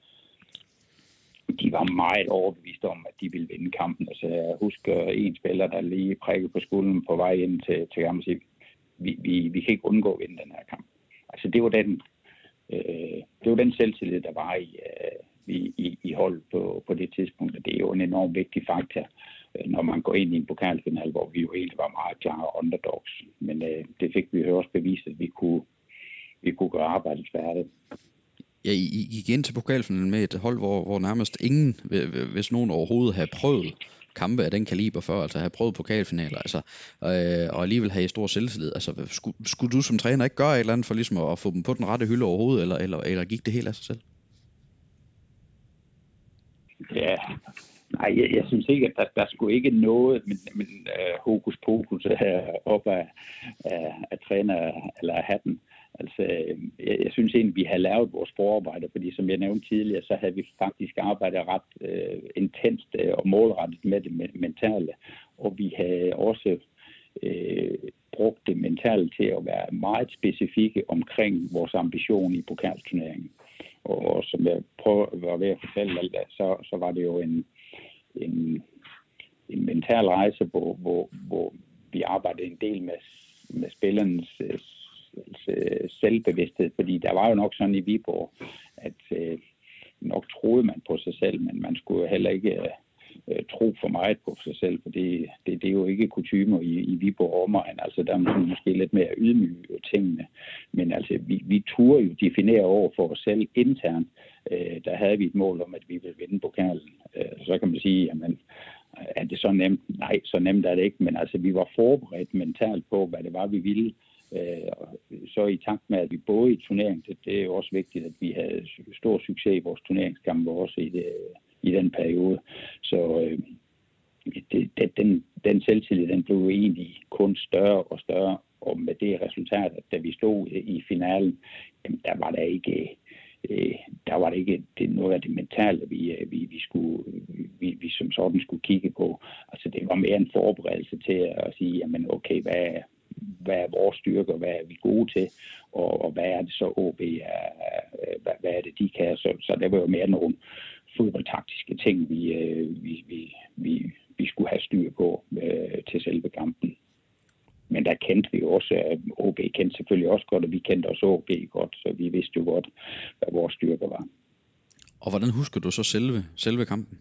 de var meget overbeviste om, at de ville vinde kampen. Altså, jeg husker en spiller, der lige prikkede på skulderen på vej ind til, til ham og sige, vi, vi, vi kan ikke undgå at vinde den her kamp. Altså, det var den, øh, det var den selvtillid, der var i, øh, i, i, i hold på, på det tidspunkt. Og det er jo en enormt vigtig faktor, øh, når man går ind i en pokalfinale, hvor vi jo egentlig var meget klare underdogs. Men øh, det fik vi jo også bevist, at vi kunne, vi kunne gøre arbejdet færdigt. Ja, I, I gik ind til pokalfinalen med et hold, hvor, hvor nærmest ingen, hvis nogen overhovedet havde prøvet kampe af den kaliber før, altså have prøvet pokalfinaler, altså, øh, og alligevel have i stor selvtillid. Altså, skulle, skulle du som træner ikke gøre et eller andet for ligesom at få dem på den rette hylde overhovedet, eller, eller, eller gik det helt af sig selv? Ja, nej, jeg, jeg synes ikke, at der, der skulle ikke noget, men, men uh, hokus pokus uh, op af, af, af træner eller af hatten. Altså, jeg, jeg synes egentlig, vi har lavet vores forarbejde, fordi som jeg nævnte tidligere, så havde vi faktisk arbejdet ret øh, intenst øh, og målrettet med det mentale, og vi havde også øh, brugt det mentale til at være meget specifikke omkring vores ambition i pokalturneringen. Og, og som jeg prøver, var ved at fortælle alt det, så, så var det jo en, en, en mental rejse, hvor, hvor, hvor vi arbejdede en del med, med spillernes selvbevidsthed, fordi der var jo nok sådan i Viborg, at øh, nok troede man på sig selv, men man skulle jo heller ikke øh, tro for meget på sig selv, for det, det, det er jo ikke kutymer i, i Viborg omegn, altså der er man måske lidt mere ydmyge tingene, men altså vi, vi turde jo definere over for os selv internt, øh, der havde vi et mål om, at vi ville vinde pokalen. Øh, så kan man sige, jamen er det så nemt? Nej, så nemt er det ikke, men altså, vi var forberedt mentalt på, hvad det var, vi ville. Så i takt med, at vi både i turneringen, det, det er jo også vigtigt, at vi havde stor succes i vores turneringskampe også i, det, i den periode. Så øh, det, det, den, den selvtillid, den blev egentlig kun større og større, og med det resultat, at da vi stod i finalen, jamen, der var der ikke... der var det ikke det, noget af det mentale, vi, vi, vi, skulle, vi, vi som sådan skulle kigge på. Altså det var mere en forberedelse til at sige, jamen okay, hvad er, hvad er vores styrker, hvad er vi gode til, og, og hvad er det så O B er, hvad, hvad er det de kan. Så, så det var jo mere nogle fodboldtaktiske ting, vi, vi, vi, vi, vi skulle have styr på øh, til selve kampen. Men der kendte vi også, at O B kendte selvfølgelig også godt, og vi kendte også O B godt, så vi vidste jo godt, hvad vores styrker var. Og hvordan husker du så selve, selve kampen?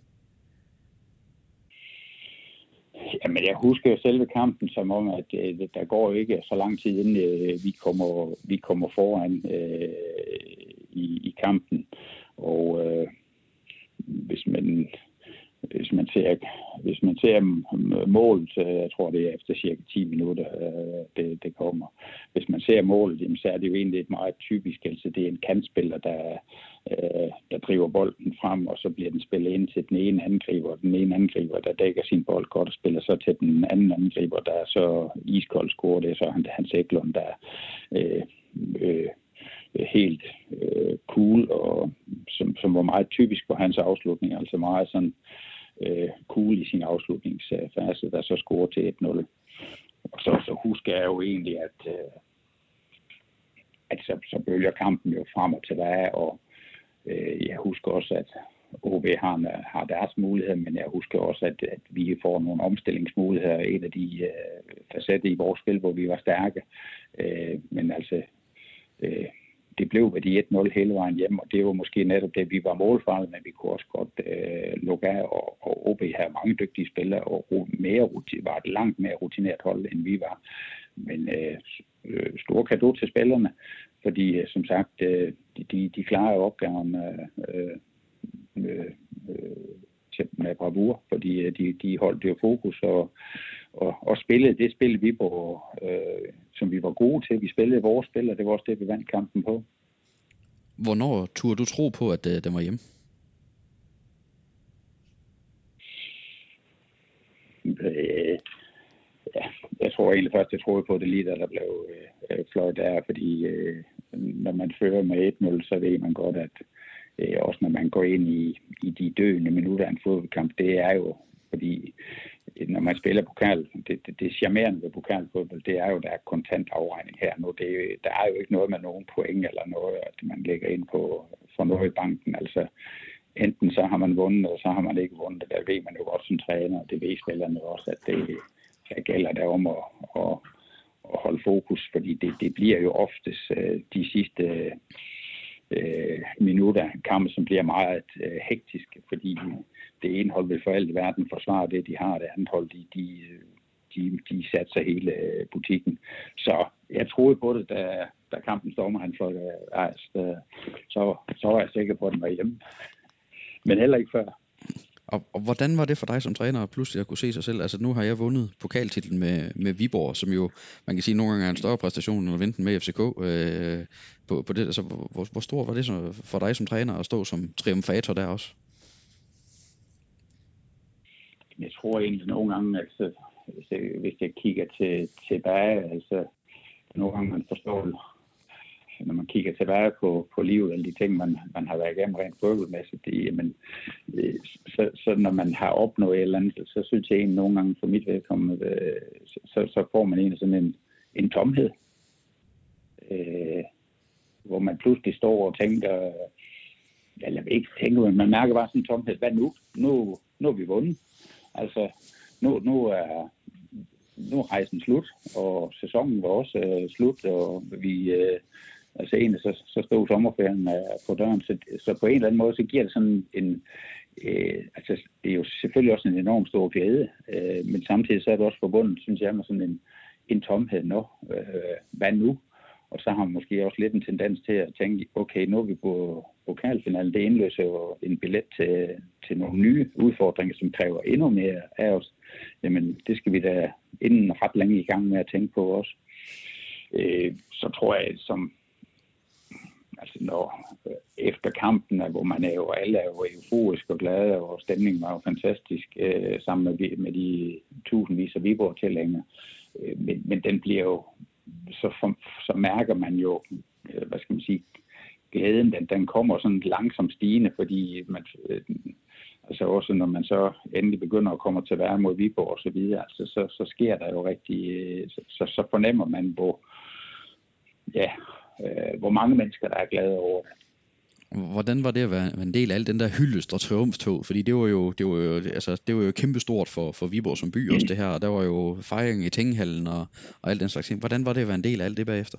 Jamen, jeg husker selve kampen som om, at øh, der går ikke så lang tid, inden øh, vi, kommer, vi kommer foran øh, i, i kampen. Og øh, hvis man... Hvis man ser, hvis man ser målet, jeg tror det er efter cirka ti minutter, det, det kommer. Hvis man ser målet, så er det jo egentlig et meget typisk, altså det er en kantspiller, der, der driver bolden frem, og så bliver den spillet ind til den ene angriber, og den ene angriber, der dækker sin bold godt og spiller så til den anden angriber, der er så iskold scorer, det er så Hans Eklund, der øh, øh, helt øh, cool, og som, som var meget typisk for hans afslutning, altså meget sådan øh, cool i sin afslutningsfase, der så scorer til et nul. Og så, så husker jeg jo egentlig, at, øh, at så, så bølger kampen jo frem og tilbage, og øh, jeg husker også, at O B har, har deres muligheder, men jeg husker også, at, at vi får nogle omstillingsmuligheder, et af de øh, facetter i vores spil, hvor vi var stærke. Øh, men altså, øh, det blev ved de et nul hele vejen hjem, og det var måske netop det, vi var målfarlige, men vi kunne også godt øh, lukke af, og, og O B havde mange dygtige spillere, og mere, var et langt mere rutineret hold, end vi var. Men øh, stor cadeau til spillerne, fordi øh, som sagt, øh, de, de klarer opgaven øh, øh, øh, med bravur, fordi de, de holdt jo fokus og, og, og spillede det spil, vi var, øh, som vi var gode til. Vi spillede vores spil, og det var også det, vi vandt kampen på. Hvornår turde du tro på, at øh, den var hjemme? Øh, ja, jeg tror egentlig først, jeg troede på det lige, da der blev øh, fløjt der, fordi øh, når man fører med et nul, så ved man godt, at øh, også når man går ind i, i de døende minutter af en fodboldkamp, det er jo, fordi når man spiller pokal, det, det, det charmerende ved pokalfodbold, det er jo, der er kontant afregning her nu. Det, der er jo ikke noget med nogen point eller noget, at man lægger ind på for noget i banken. Altså, enten så har man vundet, eller så har man ikke vundet. Der ved man jo godt som træner, og det ved spillerne også, at det, det gælder der om at, at, at holde fokus, fordi det, det bliver jo oftest de sidste øh, minutter af kampen, som bliver meget øh, hektiske, fordi det ene hold vil for alt i verden forsvare det, de har, det andet hold, de, de, de, de satser hele butikken. Så jeg troede på det, da, da kampen stormer, han fløjt rejst, så, så var jeg sikker på, at den var hjemme. Men heller ikke før. Og, og hvordan var det for dig som træner at pludselig at kunne se sig selv? Altså nu har jeg vundet pokaltitlen med, med Viborg, som jo, man kan sige, nogle gange er en større præstation end at vinde den med F C K. Øh, på, på det. Altså, hvor, hvor stor var det så for dig som træner at stå som triumfator der også? Jeg tror egentlig nogle gange, altså, hvis, jeg, hvis jeg kigger til, tilbage, altså nogle gange man forstår, når man kigger tilbage på, på livet og de ting, man, man har været igennem rent fodboldmæssigt, jamen, så, så når man har opnået et eller andet, så synes jeg egentlig nogle gange for mit vedkommende, så, så får man egentlig sådan en, en tomhed, øh, hvor man pludselig står og tænker, eller ikke tænker, men man mærker bare sådan en tomhed, hvad nu? Nu, nu er vi vundet. Altså, nu, nu er nu er rejsen slut, og sæsonen var også øh, slut, og vi, øh, altså egentlig, så, så stod sommerferien øh, på døren, så, så på en eller anden måde, så giver det sådan en, øh, altså det er jo selvfølgelig også en enorm stor glæde, øh, men samtidig så er det også forbundet, synes jeg, med sådan en, en tomhed nu. Øh, hvad nu? Og så har man måske også lidt en tendens til at tænke, okay, nu er vi på, pokalfinalen, det indløser jo en billet til, til nogle nye udfordringer, som kræver endnu mere af os. Jamen, det skal vi da inden ret længe i gang med at tænke på også. Øh, så tror jeg, som altså når øh, efter kampen, hvor man er jo alle er jo euforisk og glade, og stemningen var jo fantastisk øh, sammen med, med de tusindvis af Viborg-tilhængere. Øh, men, men den bliver jo, så, for, så mærker man jo, øh, hvad skal man sige, glæden, den, den kommer sådan langsomt stigende, fordi man, øh, altså også når man så endelig begynder at komme til at være mod Viborg og så videre, altså så, så sker der jo rigtig, øh, så, så fornemmer man, hvor, ja, øh, hvor mange mennesker, der er glade over det. Hvordan var det at være en del af al den der hyldest og triumftog? Fordi det var jo, det var jo, altså, det var jo kæmpestort for, for Viborg som by også det her, og der var jo fejring i Tingehallen og, og alt den slags ting. Hvordan var det at være en del af alt det bagefter?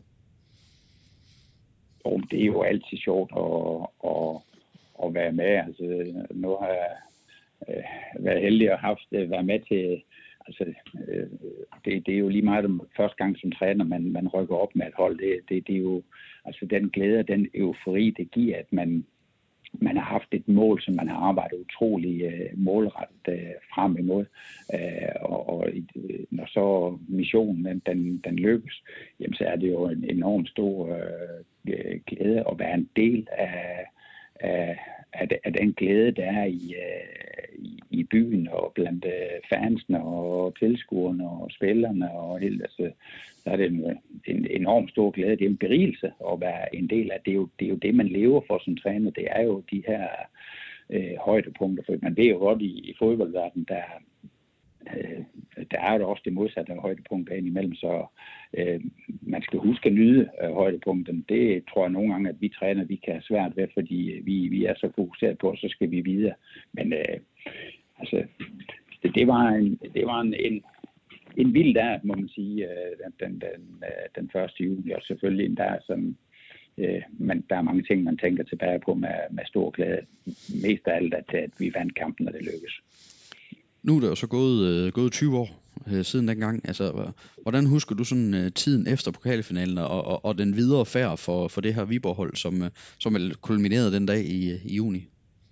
Oh, det er jo altid sjovt at, at, at være med. Altså, nu har jeg øh, været heldig at have haft været med til. Altså, øh, det, det er jo lige meget om første gang som træner, man, man rykker op med et hold. Det, det, det er jo altså den glæde, den eufori, det giver, at man, man har haft et mål, som man har arbejdet utrolig øh, målrettet øh, frem imod. Øh, og, og når så missionen den, den, den lykkes, jamen, så er det jo en enormt stor øh, glæde at være en del af, af, af, af den glæde, der er i, øh, i, i byen og blandt øh, fansene og tilskuerne og spillerne og helt, altså, så er det en, en enormt stor glæde. Det er en berigelse at være en del af. Det er jo det, er jo det man lever for som træner. Det er jo de her øh, højdepunkter. For man ved jo godt i, i fodboldverdenen, der øh, der er jo også det modsatte af højdepunkter indimellem, så øh, man skal huske at nyde øh, højdepunkterne. Det tror jeg nogle gange, at vi træner, vi kan have svært ved, fordi vi, vi er så fokuseret på, så skal vi videre. Men øh, altså, det, det var en, det var en, en, en vild dag, må man sige, øh, den, den, den, den første juli, og selvfølgelig en dag, som øh, man, der er mange ting, man tænker tilbage på med, med stor glæde. Mest af alt, at, at vi vandt kampen, og det lykkedes. Nu er der jo så gået, øh, gået tyve år øh, siden dengang. Altså, hvordan husker du sådan øh, tiden efter pokalfinalen og, og, og den videre færd for, for det her Viborg-hold, som, øh, som er kulmineret den dag i, i juni?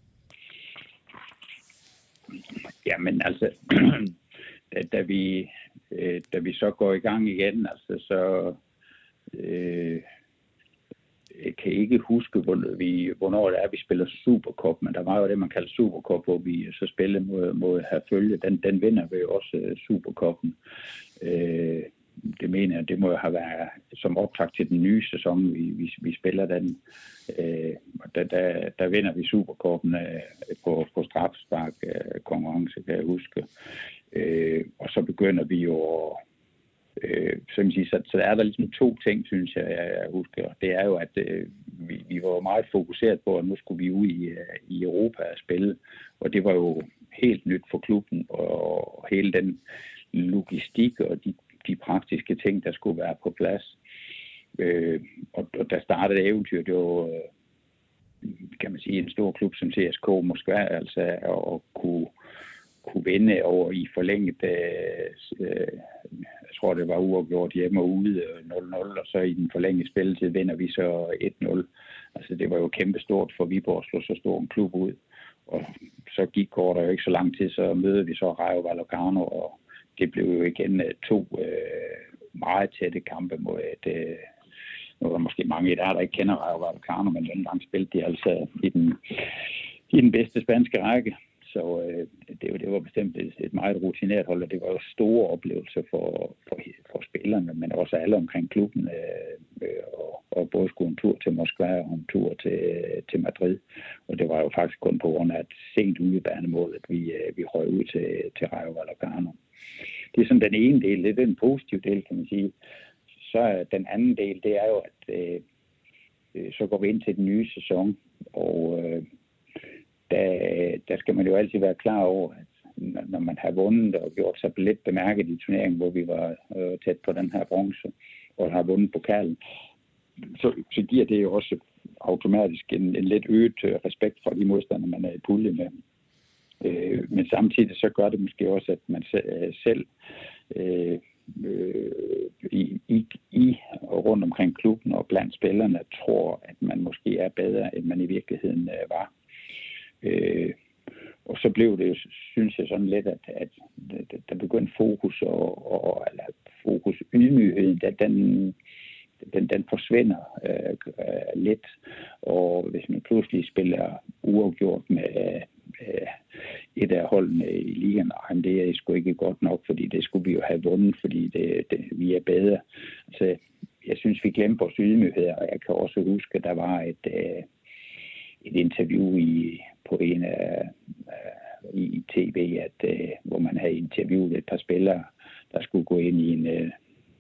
Jamen altså, da, da, vi, øh, da vi så går i gang igen, altså så øh, jeg kan ikke huske, hvor vi, hvornår det er, vi spiller Supercup, men der var jo det, man kalder Supercup, hvor vi så spiller mod, mod Herfølge. Den, den vinder vi jo også uh, Supercuppen. Øh, det mener jeg, det må jo have været som optakt til den nye sæson, vi, vi, vi spiller den. Øh, der, der, der vinder vi Supercuppen uh, på, på strafspark uh, konkurrence, kan jeg huske. Øh, og så begynder vi jo at Øh, så, sige, så, så er der ligesom to ting, synes jeg, jeg, jeg husker. Det er jo, at øh, vi, vi var meget fokuseret på, at nu skulle vi ud i, i Europa og spille. Og det var jo helt nyt for klubben, og, og hele den logistik og de, de praktiske ting, der skulle være på plads. Øh, og, og der startede eventyret, det var, kan man sige, en stor klub som C S K Moskva, altså at kunne kunne vinde over i forlænget, øh, jeg tror det var uafgjort hjemme og ude nul nul, og så i den forlængede spilletid vinder vi så et nul. Altså det var jo kæmpestort for Viborg at slå så stor en klub ud, og så gik går der jo ikke så lang tid, så møder vi så Rayo Vallecano, og det blev jo igen to øh, meget tætte kampe mod et, øh, nu er der måske mange i der, der ikke kender Rayo Vallecano, men den gang spillede de altså i den, i den bedste spanske række. Så øh, det, det var bestemt et, et meget rutineret hold, og det var jo store oplevelser for, for, for spillerne, men også alle omkring klubben, øh, og, og både skulle en tur til Moskva og en tur til, til Madrid. Og det var jo faktisk kun på grund af et sent udebanemål, at vi, øh, vi røg ud til, til Rayo Vallecano. Det er sådan den ene del, det er den positive del, kan man sige. Så den anden del, det er jo, at øh, så går vi ind til den nye sæson, og øh, Der, der skal man jo altid være klar over, at når man har vundet og gjort sig lidt bemærket i turneringen, hvor vi var øh, tæt på den her bronze, og har vundet pokalen, så, så giver det jo også automatisk en, en lidt øget respekt for de modstandere, man er i pulje med. Øh, men samtidig så gør det måske også, at man selv øh, øh, i, i, i og rundt omkring klubben og blandt spillerne tror, at man måske er bedre, end man i virkeligheden øh, var. Øh, og så blev det, synes jeg, sådan lidt, at, at der begyndte fokus og, og eller fokus ydmygheden, at den, den, den forsvinder øh, øh, lidt. Og hvis man pludselig spiller uafgjort med øh, et af holdene i ligaen, jamen det er sgu ikke godt nok, fordi det skulle vi jo have vundet, fordi det, det, vi er bedre. Altså, jeg synes, vi glemte vores ydmyghed, og jeg kan også huske, at der var et, øh, et interview i, på en af øh, i tv, at, øh, hvor man havde interviewet et par spillere, der skulle gå ind i en, øh,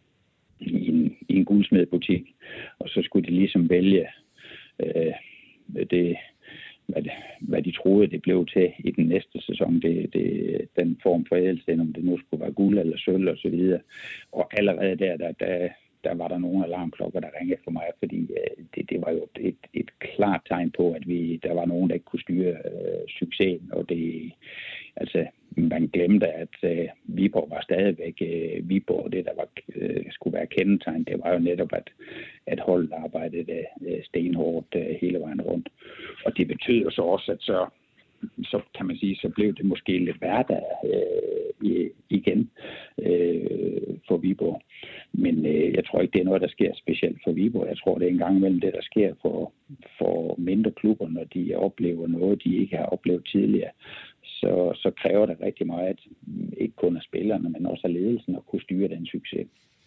i en, i en guldsmedbutik, og så skulle de ligesom vælge øh, det, hvad, det, hvad de troede, det blev til i den næste sæson. Det, det, den form for ædelse, om det nu skulle være guld eller sølv og så videre. Og allerede der, der, der der var der nogle alarmklokker, der ringede for mig, fordi øh, det, det var jo et, et klart tegn på, at vi der var nogen, der ikke kunne styre øh, succesen, og det, altså, man glemte, at øh, Viborg var stadigvæk øh, Viborg, det der var, øh, skulle være kendetegn, det var jo netop, at, at holdet arbejdede øh, stenhårdt øh, hele vejen rundt. Og det betyder så også, at så så kan man sige, så blev det måske lidt hverdag øh, igen øh, for Viborg. Men øh, jeg tror ikke, det er noget, der sker specielt for Viborg. Jeg tror, det er en gang imellem det, der sker for, for mindre klubber, når de oplever noget, de ikke har oplevet tidligere. Så, så kræver det rigtig meget, ikke kun af spillerne, men også af ledelsen at kunne styre den succes.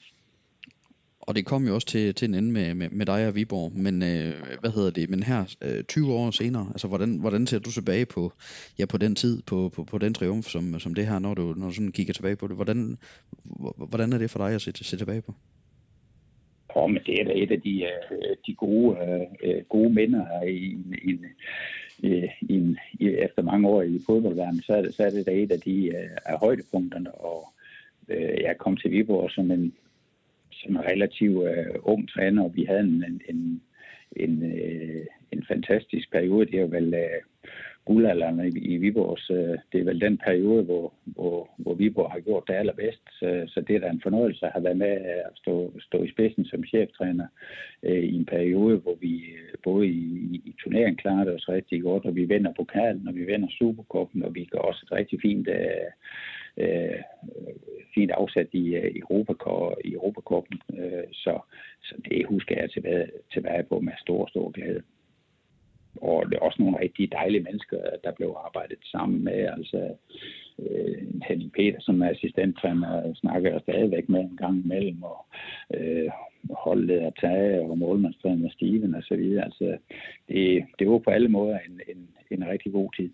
Og det kom jo også til, til en ende med, med, med dig og Viborg, men øh, hvad hedder det, men her øh, tyve år senere, altså hvordan, hvordan ser du tilbage på, ja, på den tid, på, på, på den triumf, som, som det her, når du, når du sådan kigger tilbage på det, hvordan, hvordan er det for dig at se, se tilbage på? Oh, men det er da et af de, de gode, uh, gode minder i, i, i, i, i, efter mange år i fodboldverdenen, så er det, så er det da et af de uh, af højdepunkterne, og uh, jeg kom til Viborg som en som en relativt uh, ung træner, og vi havde en, en, en, en, uh, en fantastisk periode. Det er jo vel uh, guldalderen i, i Viborgs. Uh, det er vel den periode, hvor, hvor, hvor Viborg har gjort det allerbedst. Så, så det er da en fornøjelse at have været med at stå, stå i spidsen som cheftræner uh, i en periode, hvor vi uh, både i, i, i turneringen klarede os rigtig godt, og vi vinder pokalen, og vi vinder Supercuppen, og vi gør også et rigtig fint uh, Uh, fint afsat i uh, Europa, i Europacupen, uh, så, så det husker jeg tilbage, tilbage på med stor, stor glæde. Og det er også nogle rigtig dejlige mennesker, der blev arbejdet sammen med, altså uh, Henning Peter, som er assistenttræner, snakker jeg stadigvæk med en gang imellem, og uh, holdleder Tage og målmandstræner Steven og så videre. Altså, det, det var på alle måder en, en, en rigtig god tid.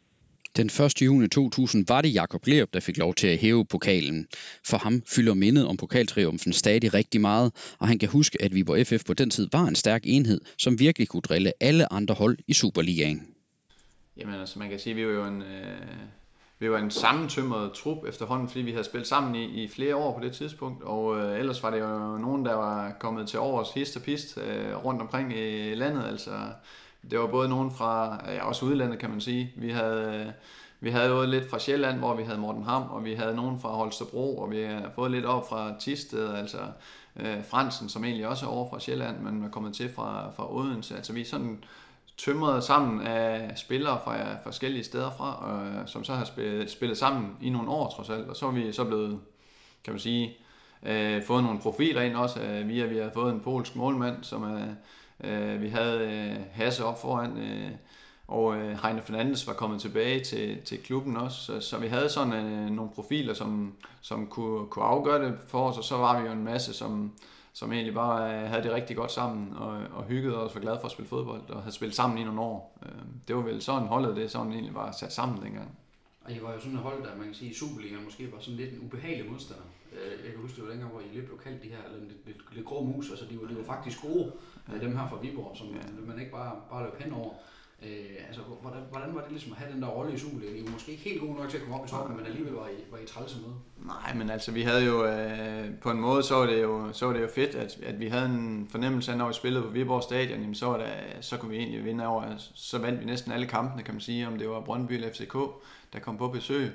Den første juni to tusind var det Jakob Lerup, der fik lov til at hæve pokalen. For ham fylder mindet om pokaltriumfen stadig rigtig meget, og han kan huske, at Viborg F F på den tid var en stærk enhed, som virkelig kunne drille alle andre hold i Superligaen. Jamen altså, man kan sige, at vi var jo en, øh, vi var en sammentømret trup efterhånden, fordi vi havde spillet sammen i, i flere år på det tidspunkt, og øh, ellers var det jo nogen, der var kommet til års hist og pist øh, rundt omkring i landet, altså. Det var både nogen fra, ja, også udlandet kan man sige. Vi havde, vi havde jo lidt fra Sjælland, hvor vi havde Morten Ham, og vi havde nogen fra Holstebro, og vi har fået lidt op fra Thisted, altså øh, Fransen, som egentlig også er over fra Sjælland, men er kommet til fra, fra Odense. Altså vi er sådan tømret sammen af spillere fra forskellige steder fra, og, som så har spillet, spillet sammen i nogle år trods alt, og så er vi så blevet, kan man sige, øh, fået nogle profiler ind også, øh, via vi har fået en polsk målmand, som er Uh, vi havde uh, Hasse op foran, uh, og uh, Heine Fernandes var kommet tilbage til, til klubben også, så, så vi havde sådan uh, nogle profiler, som, som kunne, kunne afgøre det for os, og så var vi jo en masse, som, som egentlig bare uh, havde det rigtig godt sammen, og, og hyggede os, var glade for at spille fodbold, og havde spillet sammen i nogle år. Uh, det var vel sådan holdet, det sådan egentlig var sat sammen dengang. Og I var jo sådan et hold, der man kan sige i Superligaen måske var sådan lidt en ubehagelig modstander. Jeg kan huske, det var dengang, hvor I lidt blev kaldt de her lidt, lidt, lidt grå mus, altså de var, de var faktisk gode, ja. Dem her fra Viborg, som ja. man ikke bare, bare løb hen over. Øh, altså, hvordan, hvordan var det ligesom at have den der rolle i Superligaen? I var måske ikke helt gode nok til at komme op i toppen, men alligevel var I, var I trælse med. Nej, men altså vi havde jo, øh, på en måde så var det jo, så var det jo fedt, at, at vi havde en fornemmelse af, når vi spillede på Viborg Stadion, jamen, så, var der, så kunne vi egentlig vinde over, så vandt vi næsten alle kampene, kan man sige, om det var Brøndby eller F C K, der kom på besøg.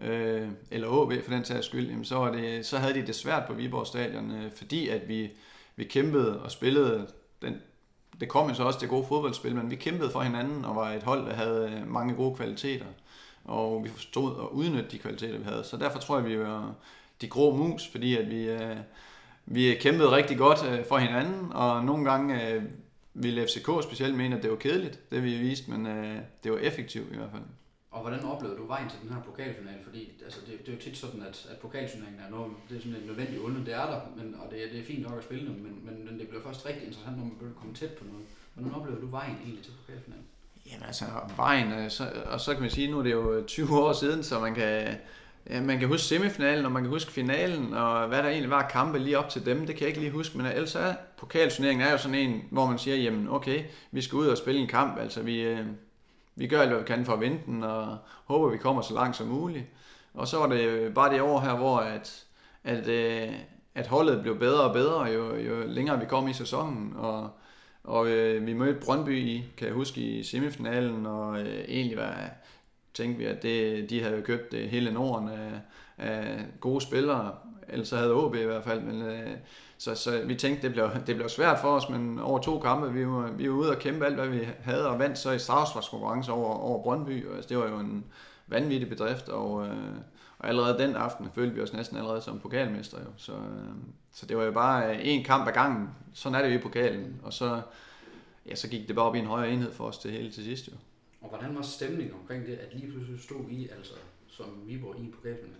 øh, eller O B for den sags skyld, jamen så, var det, så havde de det svært på Viborg Stadion, øh, fordi at vi, vi kæmpede og spillede, den, det kom jo så også det gode fodboldspil, men vi kæmpede for hinanden og var et hold, der havde mange gode kvaliteter, og vi forstod at udnytte de kvaliteter, vi havde. Så derfor tror jeg, vi var de grå mus, fordi at vi, øh, vi kæmpede rigtig godt øh, for hinanden, og nogle gange øh, ville F C K specielt mene, at det var kedeligt, det vi viste, men øh, det var effektivt i hvert fald. Og hvordan oplevede du vejen til den her pokalfinale? Fordi altså, det, det er jo tit sådan, at, at pokalturneringen er noget, det er sådan en nødvendig onde, det er der, men, og det, det er fint nok at spille dem, men, men, men det bliver først rigtig interessant, når man begynder at komme tæt på noget. Hvordan oplevede du vejen egentlig til pokalfinalen? Jamen altså, vejen, så, og så kan man sige, nu er det jo tyve år siden, så man kan, ja, man kan huske semifinalen, og man kan huske finalen, og hvad der egentlig var kampe lige op til dem, det kan jeg ikke lige huske, men ellers er pokalturneringen er jo sådan en, hvor man siger, jamen okay, vi skal ud og spille en kamp, altså vi... Vi gør alt, hvad vi kan for at vinde den, og håber, vi kommer så langt som muligt. Og så var det bare det år her, hvor at, at, at holdet blev bedre og bedre, jo, jo længere vi kom i sæsonen. Og, og vi mødte Brøndby i, kan jeg huske, i semifinalen, og egentlig var, tænkte vi, at det, de havde købt hele Norden af, af gode spillere. Ellers så havde O B i hvert fald, men... Så, så vi tænkte, det blev, det blev svært for os, men over to kampe, vi var, vi var ude og kæmpe alt, hvad vi havde, og vandt så i straffesparkskonkurrence over, over Brøndby, og det var jo en vanvittig bedrift, og, øh, og allerede den aften følte vi os næsten allerede som pokalmester. Jo. Så, øh, så det var jo bare én kamp ad gangen, sådan er det jo i pokalen, og så, ja, så gik det bare op i en højere enhed for os det hele til sidst. Jo. Og hvordan var stemningen omkring det, at lige pludselig stod I altså som Viborg i en pokalfinale?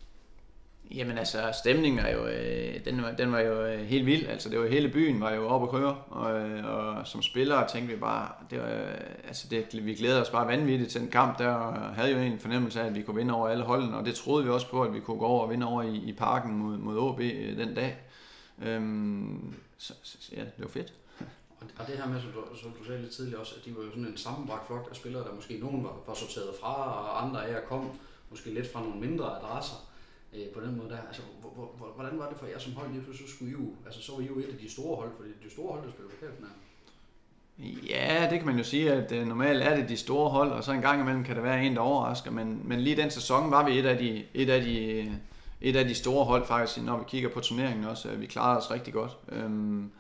Jamen altså, stemningen er jo, øh, den, var, den var jo øh, helt vild, altså det var hele byen var jo oppe at køre, og, og som spillere tænkte vi bare, det var, øh, altså det, vi glæder os bare vanvittigt til den kamp der, og havde jo en fornemmelse af, at vi kunne vinde over alle holdene, og det troede vi også på, at vi kunne gå over og vinde over i, i parken mod, mod O B øh, den dag. Øhm, så, så ja, det var fedt. Og det her med, som du, som du sagde lidt tidligere også, at de var jo sådan en sammenbragt flok af spillere, der måske nogen var, var sorteret fra, og andre af jer kom måske lidt fra nogle mindre adresser. På den måde der, altså hvordan var det for jer som hold lige pludselig, så skulle I jo, altså så var I jo et af de store hold, fordi det er de store hold, der spiller pokalfinalen. Ja, det kan man jo sige, at uh, normalt er det de store hold, og så en gang imellem kan der være en, der overrasker, men, men lige den sæson var vi et af de, et af de, et af de store hold faktisk, når vi kigger på turneringen også, vi klarede os rigtig godt. Um,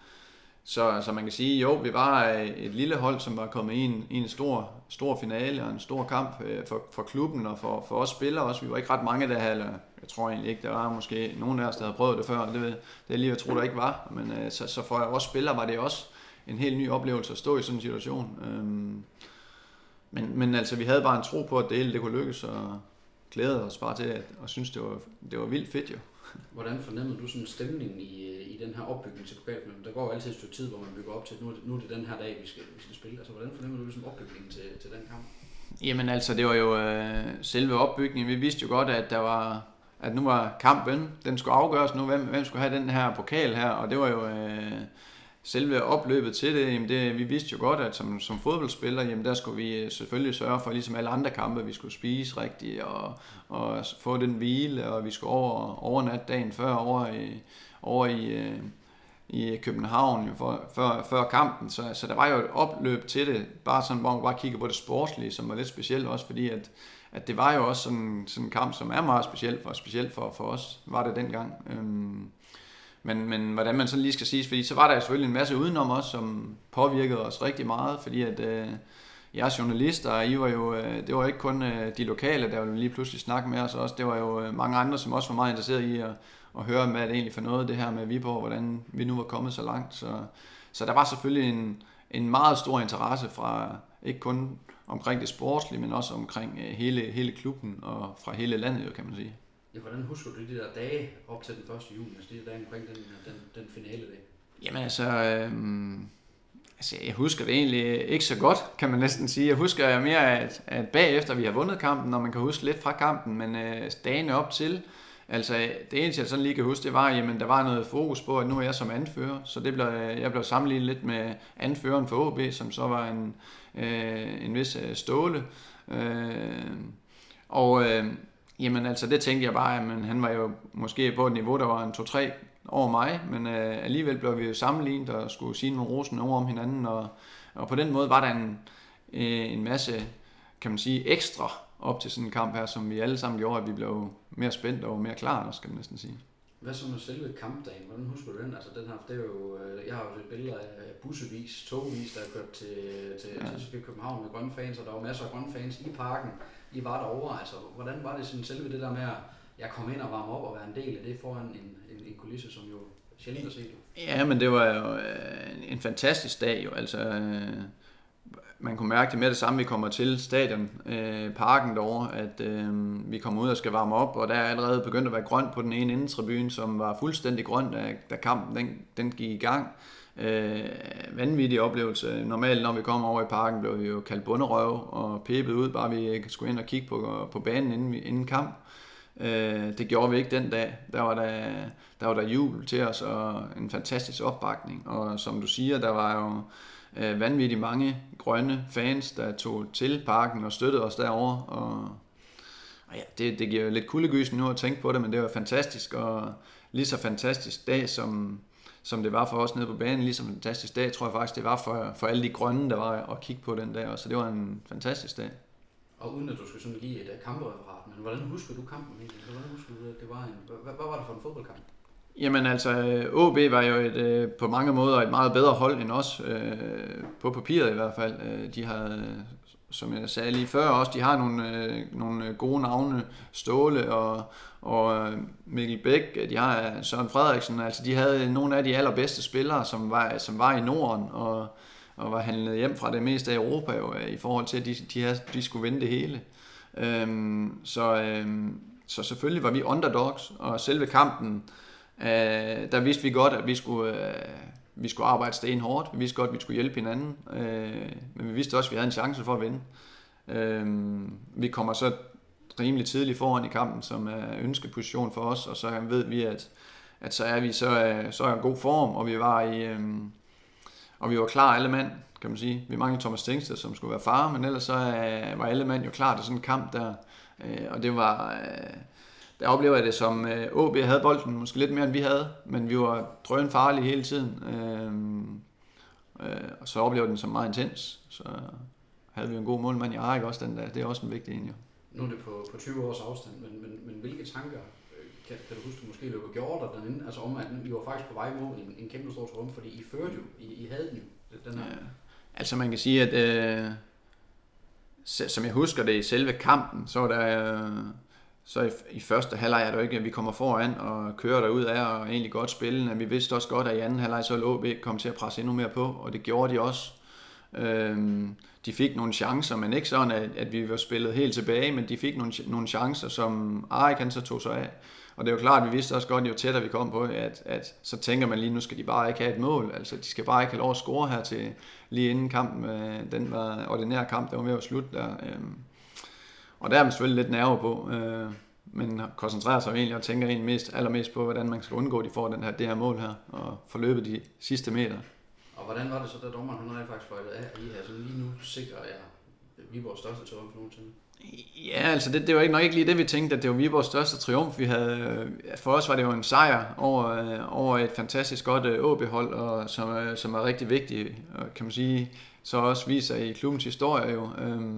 så, så man kan sige, jo, vi var et lille hold, som var kommet i en, i en stor, stor finale og en stor kamp uh, for, for klubben og for, for os spillere også. Vi var ikke ret mange der her, eller jeg tror egentlig ikke, der var måske nogen af os, der havde prøvet det før, det, det er lige, jeg tror der ikke var, men uh, så, så for os spillere var det også en helt ny oplevelse at stå i sådan en situation. Um, men, men altså, vi havde bare en tro på, at det hele det kunne lykkes, og glædede os bare til at, og synes det var, det var vildt fedt jo. Hvordan fornemmede du sådan stemningen i, i den her opbygning til pokalfinalen? Der går jo altid et stykke tid, hvor man bygger op til, nu er det, nu er det den her dag, vi skal, vi skal spille. Altså, hvordan fornemmede du sådan opbygningen til, til den kamp? Jamen altså, det var jo øh, selve opbygningen. Vi vidste jo godt, at der var, at nu var kampen, den skulle afgøres nu, hvem, hvem skulle have den her pokal her, og det var jo øh, selve opløbet til det. Jamen det, vi vidste jo godt, at som, som fodboldspiller, jamen der skulle vi selvfølgelig sørge for, ligesom alle andre kampe, vi skulle spise rigtigt og, og få den hvile, og vi skulle over overnatte dagen før over i, over i, øh, i København jo for, før, før kampen, så, så der var jo et opløb til det, bare sådan, hvor man bare kigger på det sportslige, som var lidt specielt også, fordi at, at det var jo også sådan, sådan en kamp, som er meget speciel for, specielt for, for os, var det dengang. Øhm, men, men hvordan man sådan lige skal sige, fordi så var der selvfølgelig en masse udenom os, som påvirkede os rigtig meget, fordi at øh, jeres journalister, I var jo, øh, det var ikke kun øh, de lokale, der ville lige pludselig snakke med os også, det var jo øh, mange andre, som også var meget interesserede i at og høre, hvad det egentlig for noget, det her med Viborg, hvordan vi nu var kommet så langt. Så, så der var selvfølgelig en, en meget stor interesse fra, ikke kun omkring det sportslige, men også omkring hele, hele klubben og fra hele landet, kan man sige. Ja, hvordan husker du de der dage op til den første juni, altså de der dage omkring den, den, den finale dag? Jamen altså, øh, altså, jeg husker det egentlig ikke så godt, kan man næsten sige. Jeg husker mere, at, at bagefter vi har vundet kampen, og man kan huske lidt fra kampen, men øh, dagene op til, altså det eneste jeg sådan lige kan huske, det var, jamen der var noget fokus på, at nu er jeg som anfører, så det blev, jeg blev sammenlignet lidt med anføreren for O B, som så var en, øh, en vis Ståle. Øh, og øh, jamen altså det tænkte jeg bare, at han var jo måske på et niveau, der var en to-tre over mig, men øh, alligevel blev vi jo sammenlignet og skulle sige nogle rosende ord om hinanden, og, og på den måde var der en, øh, en masse, kan man sige, ekstra op til sådan en kamp her, som vi alle sammen gjorde, at vi blev mere spændt og mere klar, skal man næsten sige. Hvad så med selve kampdagen? Hvordan husker du den? Altså den her, det er jo, jeg har jo set billeder af bussevis, togvis, der er kørt til, til, ja. til København med grønne fans, og der var masser af grønne fans i parken. I var derovre, altså hvordan var det sådan selve det der med, at jeg kom ind og varme op og være en del af det foran en, en, en kulisse, som jo sjældent at se? Ja, men det var jo en fantastisk dag jo, altså man kunne mærke det med det samme, vi kommer til stadion, øh, parken derovre, at øh, vi kommer ud og skal varme op, og der er allerede begyndt at være grønt på den ene indetribune, som var fuldstændig grøn, da, da kampen den, den gik i gang. Øh, vanvittig oplevelse. Normalt, når vi kommer over i parken, blev vi jo kaldt bunderøv og pebet ud, bare vi skulle ind og kigge på, på banen inden, inden kamp. Øh, det gjorde vi ikke den dag. Der var der, der var der jubel til os, og en fantastisk opbakning. Og som du siger, der var jo øh, vanvittigt mange grønne fans, der tog til parken og støttede os derovre. Og, og ja, det, det giver jo lidt kuldegysning nu at tænke på det, men det var fantastisk, og lige så fantastisk dag, som som det var for os nede på banen, lige så fantastisk dag, tror jeg faktisk, det var for, for alle de grønne, der var at kigge på den dag, så det var en fantastisk dag. Og uden at du skulle sådan give et kampreferat, men hvordan husker du kampen egentlig? Hvordan husker du, at det var en, hvad, hvad var det for en fodboldkamp? Jamen altså, O B var jo et, på mange måder et meget bedre hold end os, på papiret i hvert fald. De har, som jeg sagde lige før også, de har nogle, nogle gode navne, Ståle og, og Mikkel Bæk, de har Søren Frederiksen, altså de havde nogle af de allerbedste spillere, som var, som var i Norden, og, og var handlet hjem fra det meste af Europa jo, i forhold til, at de, de, havde, de skulle vinde det hele. Øhm, så, øhm, så selvfølgelig var vi underdogs, og selve kampen, øh, der vidste vi godt, at vi skulle, øh, vi skulle arbejde stenhårdt, vi vidste godt, at vi skulle hjælpe hinanden, øh, men vi vidste også, at vi havde en chance for at vinde. Øh, vi kommer så rimelig tidligt foran i kampen, som er ønskeposition for os, og så ved vi, at, at så er vi så, så er en god form, og vi var i øhm, og vi var klar alle mand, kan man sige. Vi manglede Thomas Stengsted, som skulle være far, men ellers så øh, var alle mand jo klar til sådan en kamp der, øh, og det var øh, der oplever jeg det som øh, O B havde bolden måske lidt mere end vi havde, men vi var drøn farlige hele tiden, øh, øh, og så oplever den som meget intens, så havde vi en god målmand i Arik også den der, det er også en vigtig en jo. Nu er det på, på tyve års afstand, men, men, men hvilke tanker kan, kan du huske, du måske løber gjorde der derinde? Altså om, at I var faktisk på vej mod en, en kæmpe stor triumf, fordi I førte jo, I, I havde den jo, den her. Ja, altså man kan sige, at øh, som jeg husker det i selve kampen, så var der, øh, så i, i første halvleg er det jo ikke, at vi kommer foran og kører derud af og egentlig godt spillende. Vi vidste også godt, at i anden halvleg så ville O B komme til at presse endnu mere på, og det gjorde de også. Øhm, de fik nogle chancer, men ikke sådan, at, at vi var spillet helt tilbage, men de fik nogle, nogle chancer, som Arik han så tog sig af. Og det er jo klart, at vi vidste også godt, jo tættere vi kom på, at, at så tænker man lige, nu skal de bare ikke have et mål. Altså, de skal bare ikke have lov at score her til lige inden kampen. Den var ordinær kamp, der var ved at slutte der. Øhm, og der er man selvfølgelig lidt nerve på, øh, men koncentrerer sig egentlig og tænker egentlig mest, allermest på, hvordan man skal undgå, at de får den her, det her mål her, og forløbe de sidste meter. Og hvordan var det så, da dommeren han rent faktisk fløjtede af, at I her så lige nu sikrer jer Viborgs største triumf nogensinde? Ja, altså det, det var ikke nok ikke lige det, vi tænkte, at det var Viborgs største triumf. Vi havde, for os var det jo en sejr over, over et fantastisk godt O B-hold, og som, som er rigtig vigtigt, kan man sige, så også viser i klubbens historie jo.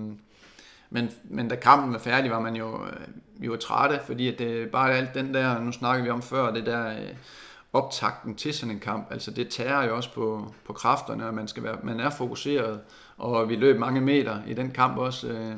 Men, men da kampen var færdig, var man jo, vi var trætte, fordi at det bare alt den der, nu snakker vi om før, det der optakten til sådan en kamp, altså det tærer jo også på, på kræfterne, og man, skal være, man er fokuseret, og vi løb mange meter i den kamp også, øh,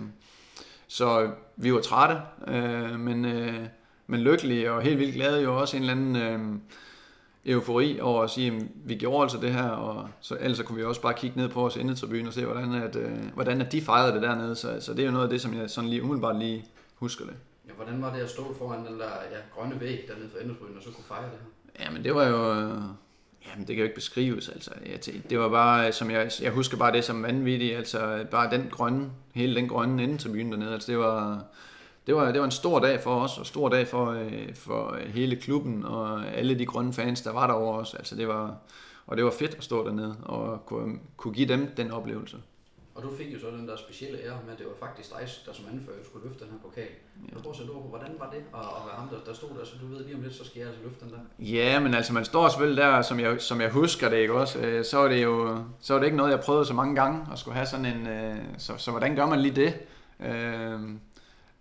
så vi var trætte, øh, men, øh, men lykkelige og helt vildt glade, jo også en eller anden øh, eufori over at sige, at vi gjorde altså det her, og så, ellers så kunne vi også bare kigge ned på vores endetribune og se, hvordan, at, øh, hvordan at de fejrede det dernede, så, så det er jo noget af det, som jeg sådan lige umiddelbart lige husker det. Ja, hvordan var det at stå foran den der ja, grønne væg dernede for endetribunen, og så kunne fejre det her? Jamen det var jo, jamen det kan jo ikke beskrives, altså. Det var bare, som jeg, jeg husker bare det som vanvittigt, altså bare den grønne, hele den grønne endetribune dernede, altså det var, det var, det var en stor dag for os, og stor dag for, for hele klubben, og alle de grønne fans, der var der over os, altså det var, og det var fedt at stå dernede, og kunne, kunne give dem den oplevelse. Og du fik jo så den der specielle ære med, at det var faktisk dig, der som anfører skulle løfte den her pokal. Ja. Prøv at sætte ord på, hvordan var det at, at være ham, der, der stod der, så du ved lige om lidt, så skal jeg altså løfte den der? Ja, men altså man står selvfølgelig der, som jeg, som jeg husker det, ikke også? Så var det jo så var det ikke noget, jeg prøvede så mange gange, at skulle have sådan en, så, så hvordan gør man lige det?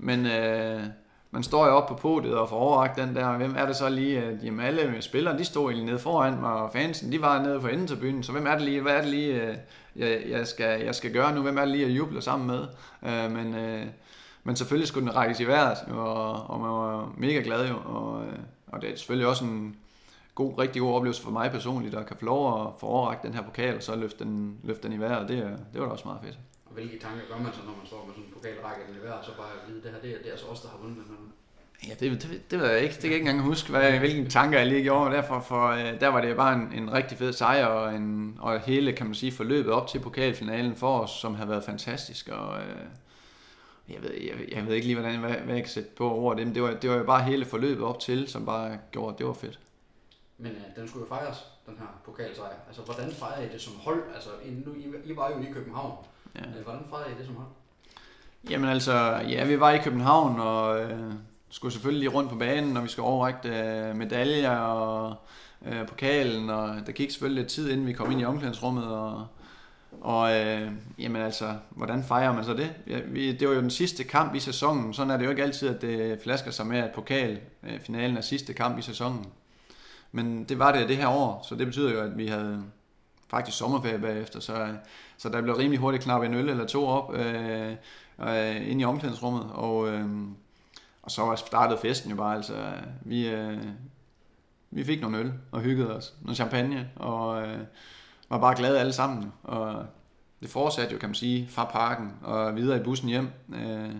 men øh, man står jo oppe på podiet og får overrakt den der, hvem er det så lige, at jamen, alle spillere, de stod egentlig nede foran mig, og fansen, de var nede for enden til byen, så hvem er det lige, hvad er det lige, jeg, jeg, skal, jeg skal gøre nu, hvem er det lige, jeg jubler sammen med, øh, men, øh, men selvfølgelig skulle den rækkes i vejret, og, og man var mega glad jo, og, og det er selvfølgelig også en god, rigtig god oplevelse for mig personligt, der kan få lov at få overrakt den her pokal, og så løfte den, løfte den i vejret, det, det var da også meget fedt. Og hvilke tanker gør man så, når man står med sådan en pokalrække i vejret, og så bare at vide, det her, det er, det er altså os, der har vundet den her? Ja, det, det, det ved jeg ikke. Det kan jeg ikke engang huske, hvad, hvilke tanker jeg lige gjorde. Derfor for, der var det bare en, en rigtig fed sejr, og, en, og hele, kan man sige, forløbet op til pokalfinalen for os, som har været fantastisk. Og, jeg, ved, jeg, jeg ved ikke lige, hvordan, hvad, hvad jeg kan sætte på over det, men det var, det var jo bare hele forløbet op til, som bare gjorde, det var fedt. Men øh, den skulle jo fejres, den her pokalsejr. Altså, hvordan fejrede I det som hold? Altså, nu, I, I var jo i København. Ja. Hvordan fejrede I det som hold? Jamen altså, ja, vi var i København, og øh, skulle selvfølgelig lige rundt på banen, når vi skal overrække øh, medaljer og øh, pokalen, og der gik selvfølgelig lidt tid, inden vi kom ind i omklædningsrummet, og, og øh, jamen altså, hvordan fejrer man så det? Ja, vi, det var jo den sidste kamp i sæsonen, sådan er det jo ikke altid, at det flasker sig med, at pokalfinalen er sidste kamp i sæsonen. Men det var det det her år, så det betyder jo, at vi havde faktisk sommerferie bagefter, så, så der blev rimelig hurtigt knappet en øl eller to op øh, øh, inde i omklædningsrummet, og, øh, og så startede festen jo bare, altså vi, øh, vi fik nogle øl og hyggede os, noget champagne, og øh, var bare glade alle sammen, og det fortsatte jo, kan man sige, fra parken og videre i bussen hjem, øh,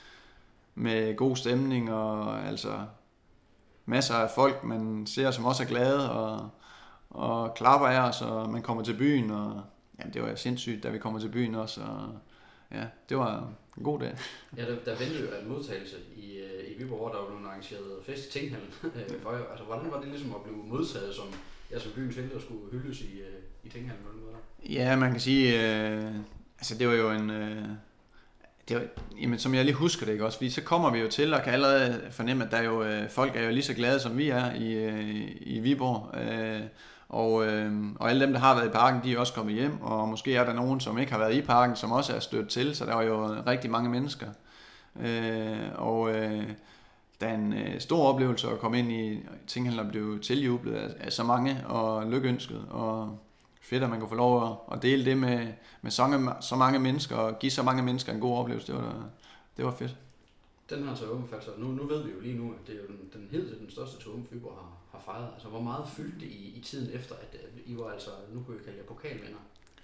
med god stemning, og altså masser af folk, man ser, som også er glade, og, og klapper af os, og man kommer til byen, og jamen, det var sindssygt, da vi kommer til byen også, og ja, det var en god dag. Ja, der, der ventede jo en modtagelse i, i Viborg, hvor der var blevet arrangeret fest i Tinghallen for jer. Altså, hvordan var det ligesom at blive modtaget som, ja, som byens helte, der skulle hyldes i, i Tinghallen? Ja, man kan sige, øh, altså det var jo en... Øh, Det var, jamen, som jeg lige husker det, ikke også? Fordi så kommer vi jo til og kan allerede fornemme, at der er jo, øh, folk er jo lige så glade, som vi er i, øh, i Viborg. Øh, og, øh, og alle dem, der har været i parken, de er også kommet hjem. Og måske er der nogen, som ikke har været i parken, som også er stødt til. Så der var jo rigtig mange mennesker. Øh, og øh, der er en øh, stor oplevelse at komme ind i Tinghallen og blive tiljublet af, af så mange og lykønsket. Og fedt, at man kunne få lov at, at dele det med, med så, så mange mennesker, og give så mange mennesker en god oplevelse. Det var, det var fedt. Den her triumf, altså nu, nu ved vi jo lige nu, at det er jo den, den hed den største triumf, Viborg har, har fejret. Altså hvor meget fyldte det i, i tiden efter, at I var altså, nu kunne vi kalde jer pokalvinder?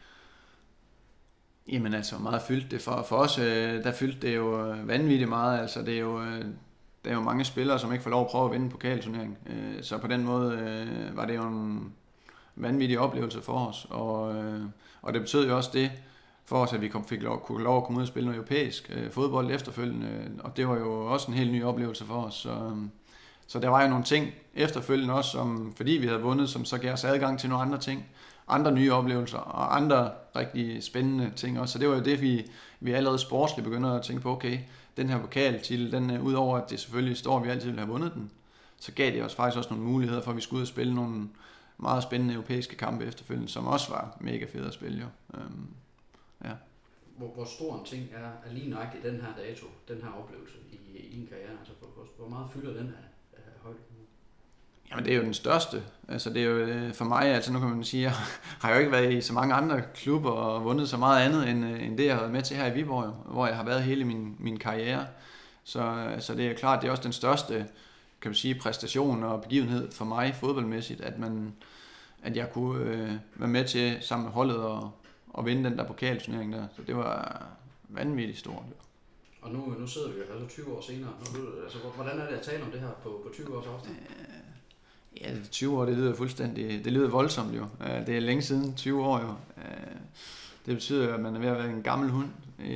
Jamen altså, meget fyldte det. For, for os, der fyldte det jo vanvittigt meget. Altså det er jo, der er jo mange spillere, som ikke får lov at prøve at vinde en pokalturnering. Så på den måde var det jo en vanvittig oplevelse for os, og, øh, og det betød jo også det for os, at vi kom, fik lov, kunne lov at komme ud og spille noget europæisk øh, fodbold efterfølgende, og det var jo også en helt ny oplevelse for os. Så, øh, så der var jo nogle ting efterfølgende også, som, fordi vi havde vundet, som så gav os adgang til nogle andre ting, andre nye oplevelser og andre rigtig spændende ting også. Så det var jo det, vi, vi allerede sportsligt begynder at tænke på, okay, den her pokaltitel, den udover at det selvfølgelig står, at vi altid ville have vundet den, så gav det os faktisk også nogle muligheder for, at vi skulle ud og spille nogle meget spændende europæiske kampe efterfølgende, som også var mega fede at spille jo. Øhm, ja. Hvor, hvor stor en ting er, er lige nøjagtigt den her dato, den her oplevelse i, i din karriere? Altså, hvor, hvor meget fylder den af, af højde? Jamen det er jo den største. Altså det er jo for mig, altså nu kan man sige, jeg har jo ikke været i så mange andre klubber og vundet så meget andet, end, end det jeg har været med til her i Viborg, hvor jeg har været hele min, min karriere. Så, så det er klart, det er også den største, kan man sige, præstation og begivenhed for mig fodboldmæssigt, at man, at jeg kunne øh, være med til sammen med holdet og, og vinde den der pokalturnering der. Så det var vanvittigt stort. Og nu, nu sidder vi jo altså tyve år senere. Nu, altså, hvordan er det at tale om det her på, på tyve års afstand? Ja, tyve år, det lyder fuldstændig, det lyder voldsomt jo. Det er længe siden, tyve år jo. Det betyder, at man er ved at være en gammel hund.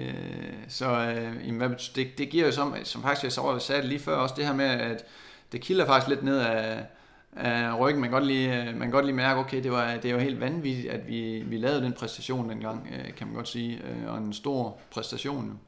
Så det, det giver jo som, som faktisk jeg så sagde det lige før også, det her med, at det kilder faktisk lidt ned af, af ryggen. Man kan godt lige, man kan godt lige mærke, okay, det var, det er jo helt vanvittigt, at vi, vi lavede den præstation dengang, kan man godt sige. Og en stor præstation jo.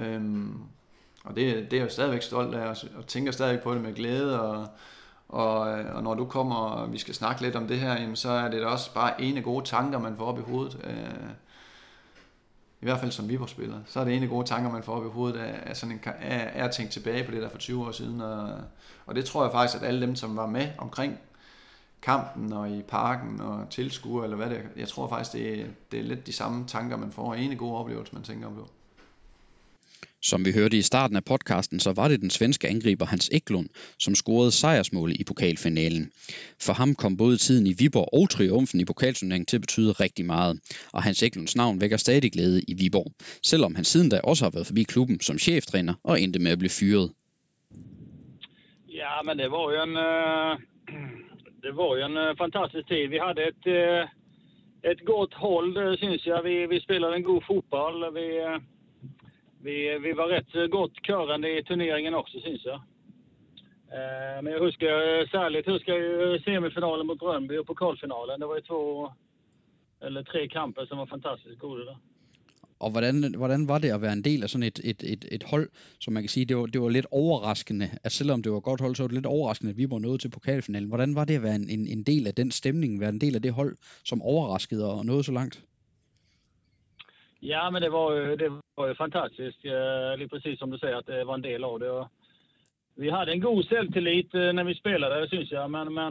Og det, det er jeg jo stadigvæk stolt af, og tænker stadig på det med glæde, og Og, og når du kommer, og vi skal snakke lidt om det her, jamen, så er det da også bare ene gode tanker, man får op i hovedet. i hvert fald som Viborg-spiller, så er det en af gode tanker, man får op i hovedet, af, af sådan en, af, af at tænke tilbage på det der for tyve år siden, og, og det tror jeg faktisk, at alle dem, som var med omkring kampen og i parken og tilskuer, eller hvad det er, jeg tror faktisk, det er, det er lidt de samme tanker, man får, og en af gode oplevelser, man tænker på. Som vi hørte i starten af podcasten, så var det den svenske angriber Hans Eklund, som scorede sejrsmål i pokalfinalen. For ham kom både tiden i Viborg og triumfen i pokalturneringen til at betyde rigtig meget, og Hans Eklunds navn vækker stadig glæde i Viborg, selvom han siden da også har været forbi klubben som cheftræner og endte med at blive fyret. Ja, men det var ju en, det var ju en fantastisk tid. Vi hade ett, ett gott håll, syns jag. Vi, vi spelade en god fotboll. Vi... Vi, vi var rätt gott körande i turneringen också, syns jag. Eh, men jag huskar särskilt huskar jag semifinalen mot Brøndby och pokalfinalen. Det var ju två eller tre kamper som var fantastiskt gode der. Og hvordan, hvordan var det at være en del af sådan et, et, et, et hold, som man kan sige, det var, det var lidt overraskende, at selvom det var et godt hold, så var det lidt overraskende, at Viborg nåede til pokalfinalen. Hvordan var det at være en, en, en del af den stemning, være en del af det hold, som overraskede og nåede så langt? Ja, men det var ju, det var ju fantastiskt. Lite precis som du säger, att det var en del av det. Och vi hade en god självtillit när vi spelade, syns jag. Men, men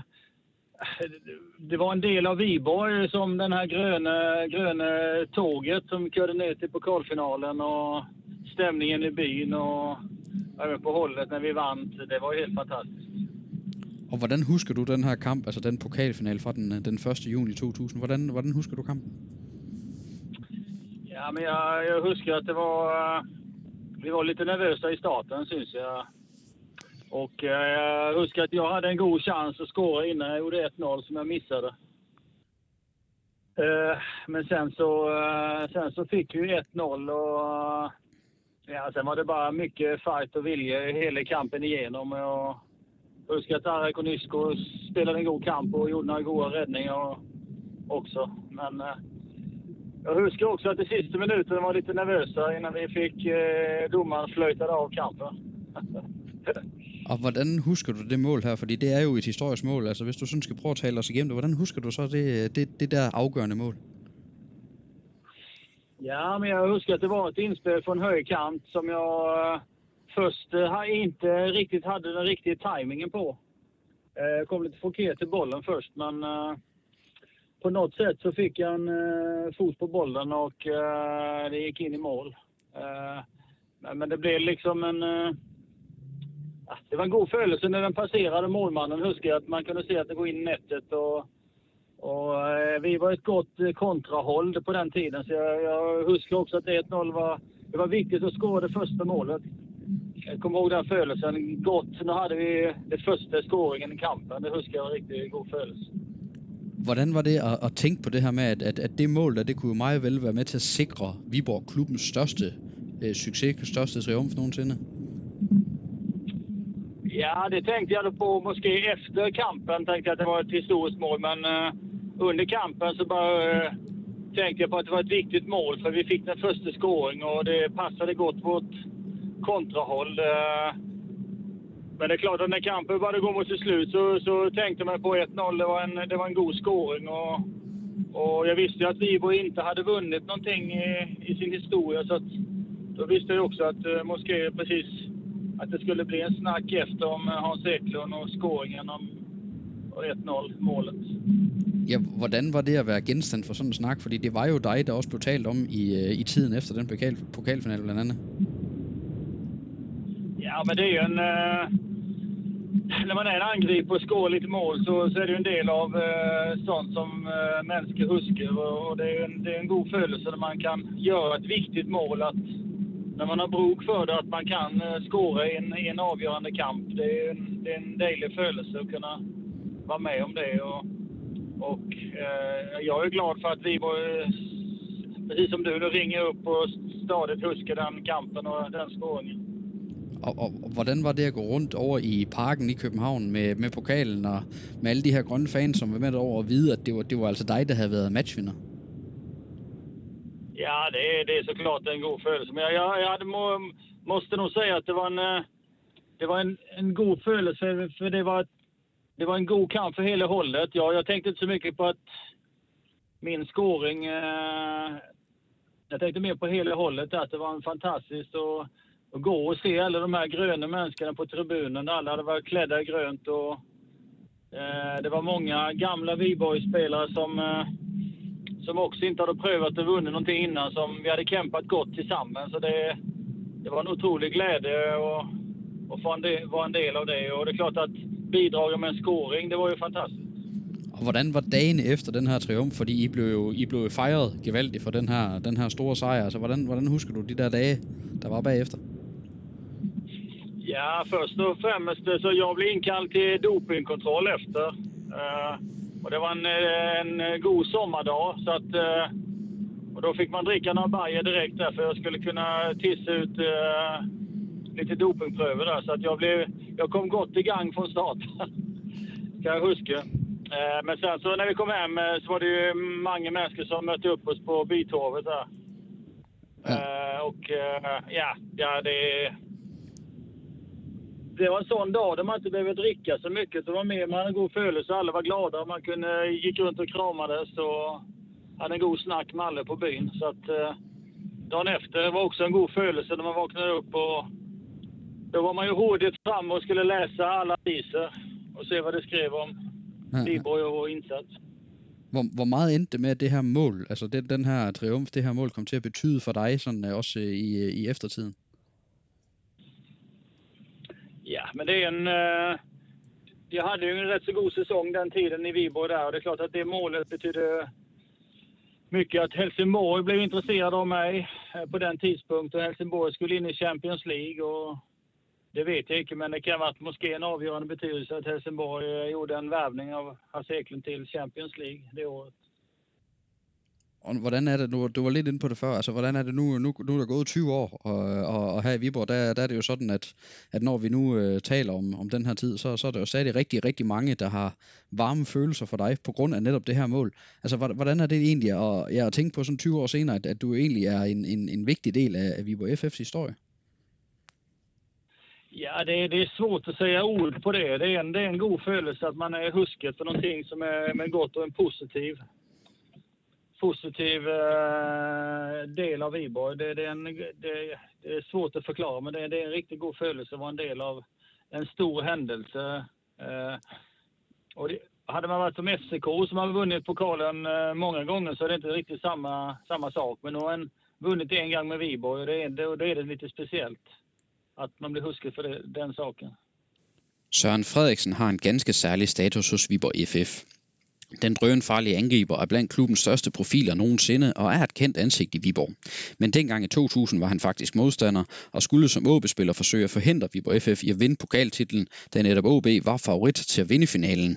det var en del av Viborg, som den här gröna, gröna tåget som körde ner till pokalfinalen och stämningen i byn och även på hållet när vi vann. Det var ju helt fantastiskt. Og hvordan husker du den her kamp, altså den pokalfinal fra den, den første juni to tusind? Hvordan, hvordan husker du kampen? Ja, men jag, jag huskar att det var, vi var lite nervösa i starten, syns jag. Och jag huskar att jag hade en god chans att skåra innan jag gjorde ett noll som jag missade. Men sen så, sen så fick vi ett noll och ja, sen var det bara mycket fight och vilja hela kampen igenom. Och jag huskar att Arek och Nysko spelade en god kamp och gjorde några goda räddningar också. Men jag huskar också att i sista minuten var lite nervösa innan vi fick eh, domaren fløjtede av kampen. Og hvordan husker du det mål her? Fordi det er jo et historisk mål. Altså hvis du sådan skal prøve at tale os igennem det, hvordan husker du så det, det, det der afgørende mål? Ja, men jag huskar att det var ett inspel från högerkant som jag eh, först eh, inte riktigt hade den riktiga tajmingen på. Jag eh, kom lite fokuserad till bollen först, men eh, på något sätt så fick jag en eh, fot på bollen och eh, det gick in i mål. Eh, men, men det blev liksom en... Eh, det var en god följelse när den passerade målmannen. Huskar att man kunde se att det går in i nätet. Och, och eh, vi var ett gott eh, kontrahåll på den tiden. Så jag, jag huskar också att ett noll var... Det var viktigt att skåra det första målet. Jag kommer ihåg den följelsen. Gott, nu hade vi det första skåringen i kampen. Det huskar jag var en riktigt god följelse. Hvordan var det at, at tænke på det her med, at, at, at det mål der, det kunne jo meget vel være med til at sikre Viborg klubbens største øh, succes, største triumf nogensinde? Ja, det tänkte jag på måske efter kampen. Tänkte jag att det var ett historiskt mål, men uh, under kampen så bara uh, tänkte jag på att det var ett viktigt mål, för vi fick den första scoring och det passade gott vårt kontrahåll. Uh, Men det är klart att när kampen började gå mot sitt slut så, så tänkte man på ett noll. Det var en, det var en god scoring. Och, och jag visste ju att Viborg inte hade vunnit någonting i, i sin historia. Så att, då visste jag också att uh, måske precis att det skulle bli en snack efter om Hans Eklund och scoringen om ett noll målet. Ja, hvordan var det at være genstand for sådan en snak? Fordi det var jo dig, der også blev talt om i, i tiden efter den pokal, pokalfinale blandt andet. Ja, men det är ju en... Uh, när man är en angripare och skår lite mål så, så är det ju en del av uh, sånt som uh, människor huskar. Och, och det är en, det är en god följelse när man kan göra ett viktigt mål. Att när man har bruk för det, att man kan uh, skåra i en, i en avgörande kamp. Det är en, det är en dejlig följelse att kunna vara med om det. Och, och uh, jag är glad för att vi var, precis som du, nu ringer upp och stadigt huskar den kampen och den skåringen. Og, og, og hvordan var det at gå rundt over i parken i København med, med pokalen og med alle de her grønne fans, som var med derover og vide, at det var, det var altså dig, der havde været matchvinder? Ja, det är, det är såklart en god följelse. Men jag, jag, jag hade må, måste nog säga att det var en, det var en, en god följelse, för det var, det var en god kamp för hela hållet. Ja, jag tänkte inte så mycket på att min scoring... Eh, jag tänkte mer på hela hållet, att det var en fantastiskt att, att gå och se alla de här gröna människorna på tribunen. Alla hade varit klädda i grönt och eh, det var många gamla Viborg-spelare som, eh, som också inte hade prövat och vunnit någonting innan, som vi hade kämpat gott tillsammans. Så det, det var en otrolig glädje och, och få en del, vara en del av det. Og det er klart at bidraget med en scoring, det var jo fantastisk. Og hvordan var dagen efter den her triumf? Fordi I blev jo, I blev jo fejret gevaldigt for den her, den her store sejr. Altså, hvordan, hvordan husker du de der dage, der var bagefter? Ja, först och främst så jag blev inkallad till dopingkontroll efter. Uh, och det var en, en god sommardag, så att uh, och då fick man dricka några bajer direkt där för jag skulle kunna tissa ut uh, lite dopingpröver där, så att jag blev jag kom gott i gang från start. Kan jag huska. Uh, men sen så när vi kom hem så var det ju många människor som mötte upp oss på Bytorvet där. Ja. Uh, och uh, ja, ja det Det var en sån dag där man inte behövde dricka så mycket. Det var mer, man hade en god følelse, alla var glada. Man kunde, gick runt och kramades och hade en god snack med alla på byn. Så att eh, dagen efter var också en god følelse när man vaknade upp. Och då var man ju hårdigt fram och skulle läsa alla aviser och se vad det skrev om Viborg och insats. Hvor, hvor meget endte det med, at det her mål, altså det, den her triumf, det her mål kom til at betyde for dig, sådan også i, i eftertiden? Ja, men det är en... Uh, jag hade ju en rätt så god säsong den tiden i Viborg där. Och det är klart att det målet betyder mycket. Att Helsingborg blev intresserad av mig uh, på den tidspunkt. Och Helsingborg skulle in i Champions League. Och det vet jag inte, men det kan ha varit måske en avgörande betydelse att Helsingborg uh, gjorde en värvning av Hasse Eklund til Champions League det året. Og hvordan er det nu, du var lidt inde på det før, altså hvordan er det nu, nu, nu er der gået tyve år, og, og, og her i Viborg, der, der er det jo sådan, at, at når vi nu øh, taler om, om den her tid, så, så er der jo stadig rigtig, rigtig mange, der har varme følelser for dig, på grund af netop det her mål. Altså hvordan er det egentlig at, ja, at tænke på sådan tyve år senere, at, at du egentlig er en, en, en vigtig del af, af Viborg F F's historie? Ja, det, det är svårt att säga ord på det. Det är en, det är en god følelse att man är husket för någonting som är med gott och en positiv positiv uh, del av Viborg. Det, det, är en, det, det är svårt att förklara, men det, det är en riktigt god følelse att vara en del av en stor händelse. Uh, och det, hade man varit som F C K som har vunnit pokalen uh, många gånger så är det inte riktigt samma, samma sak. Men nu har man vunnit en gång med Viborg och det är, det, och det är det lite speciellt att man blir husket för det, den saken. Søren Frederiksen har en ganske særlig status hos Viborg F F. Den drønfarlige angriber er blandt klubbens største profiler nogensinde og er et kendt ansigt i Viborg. Men dengang i to tusind var han faktisk modstander og skulle som O B-spiller forsøge at forhindre Viborg F F i at vinde pokaltitlen, da netop O B var favorit til at vinde finalen.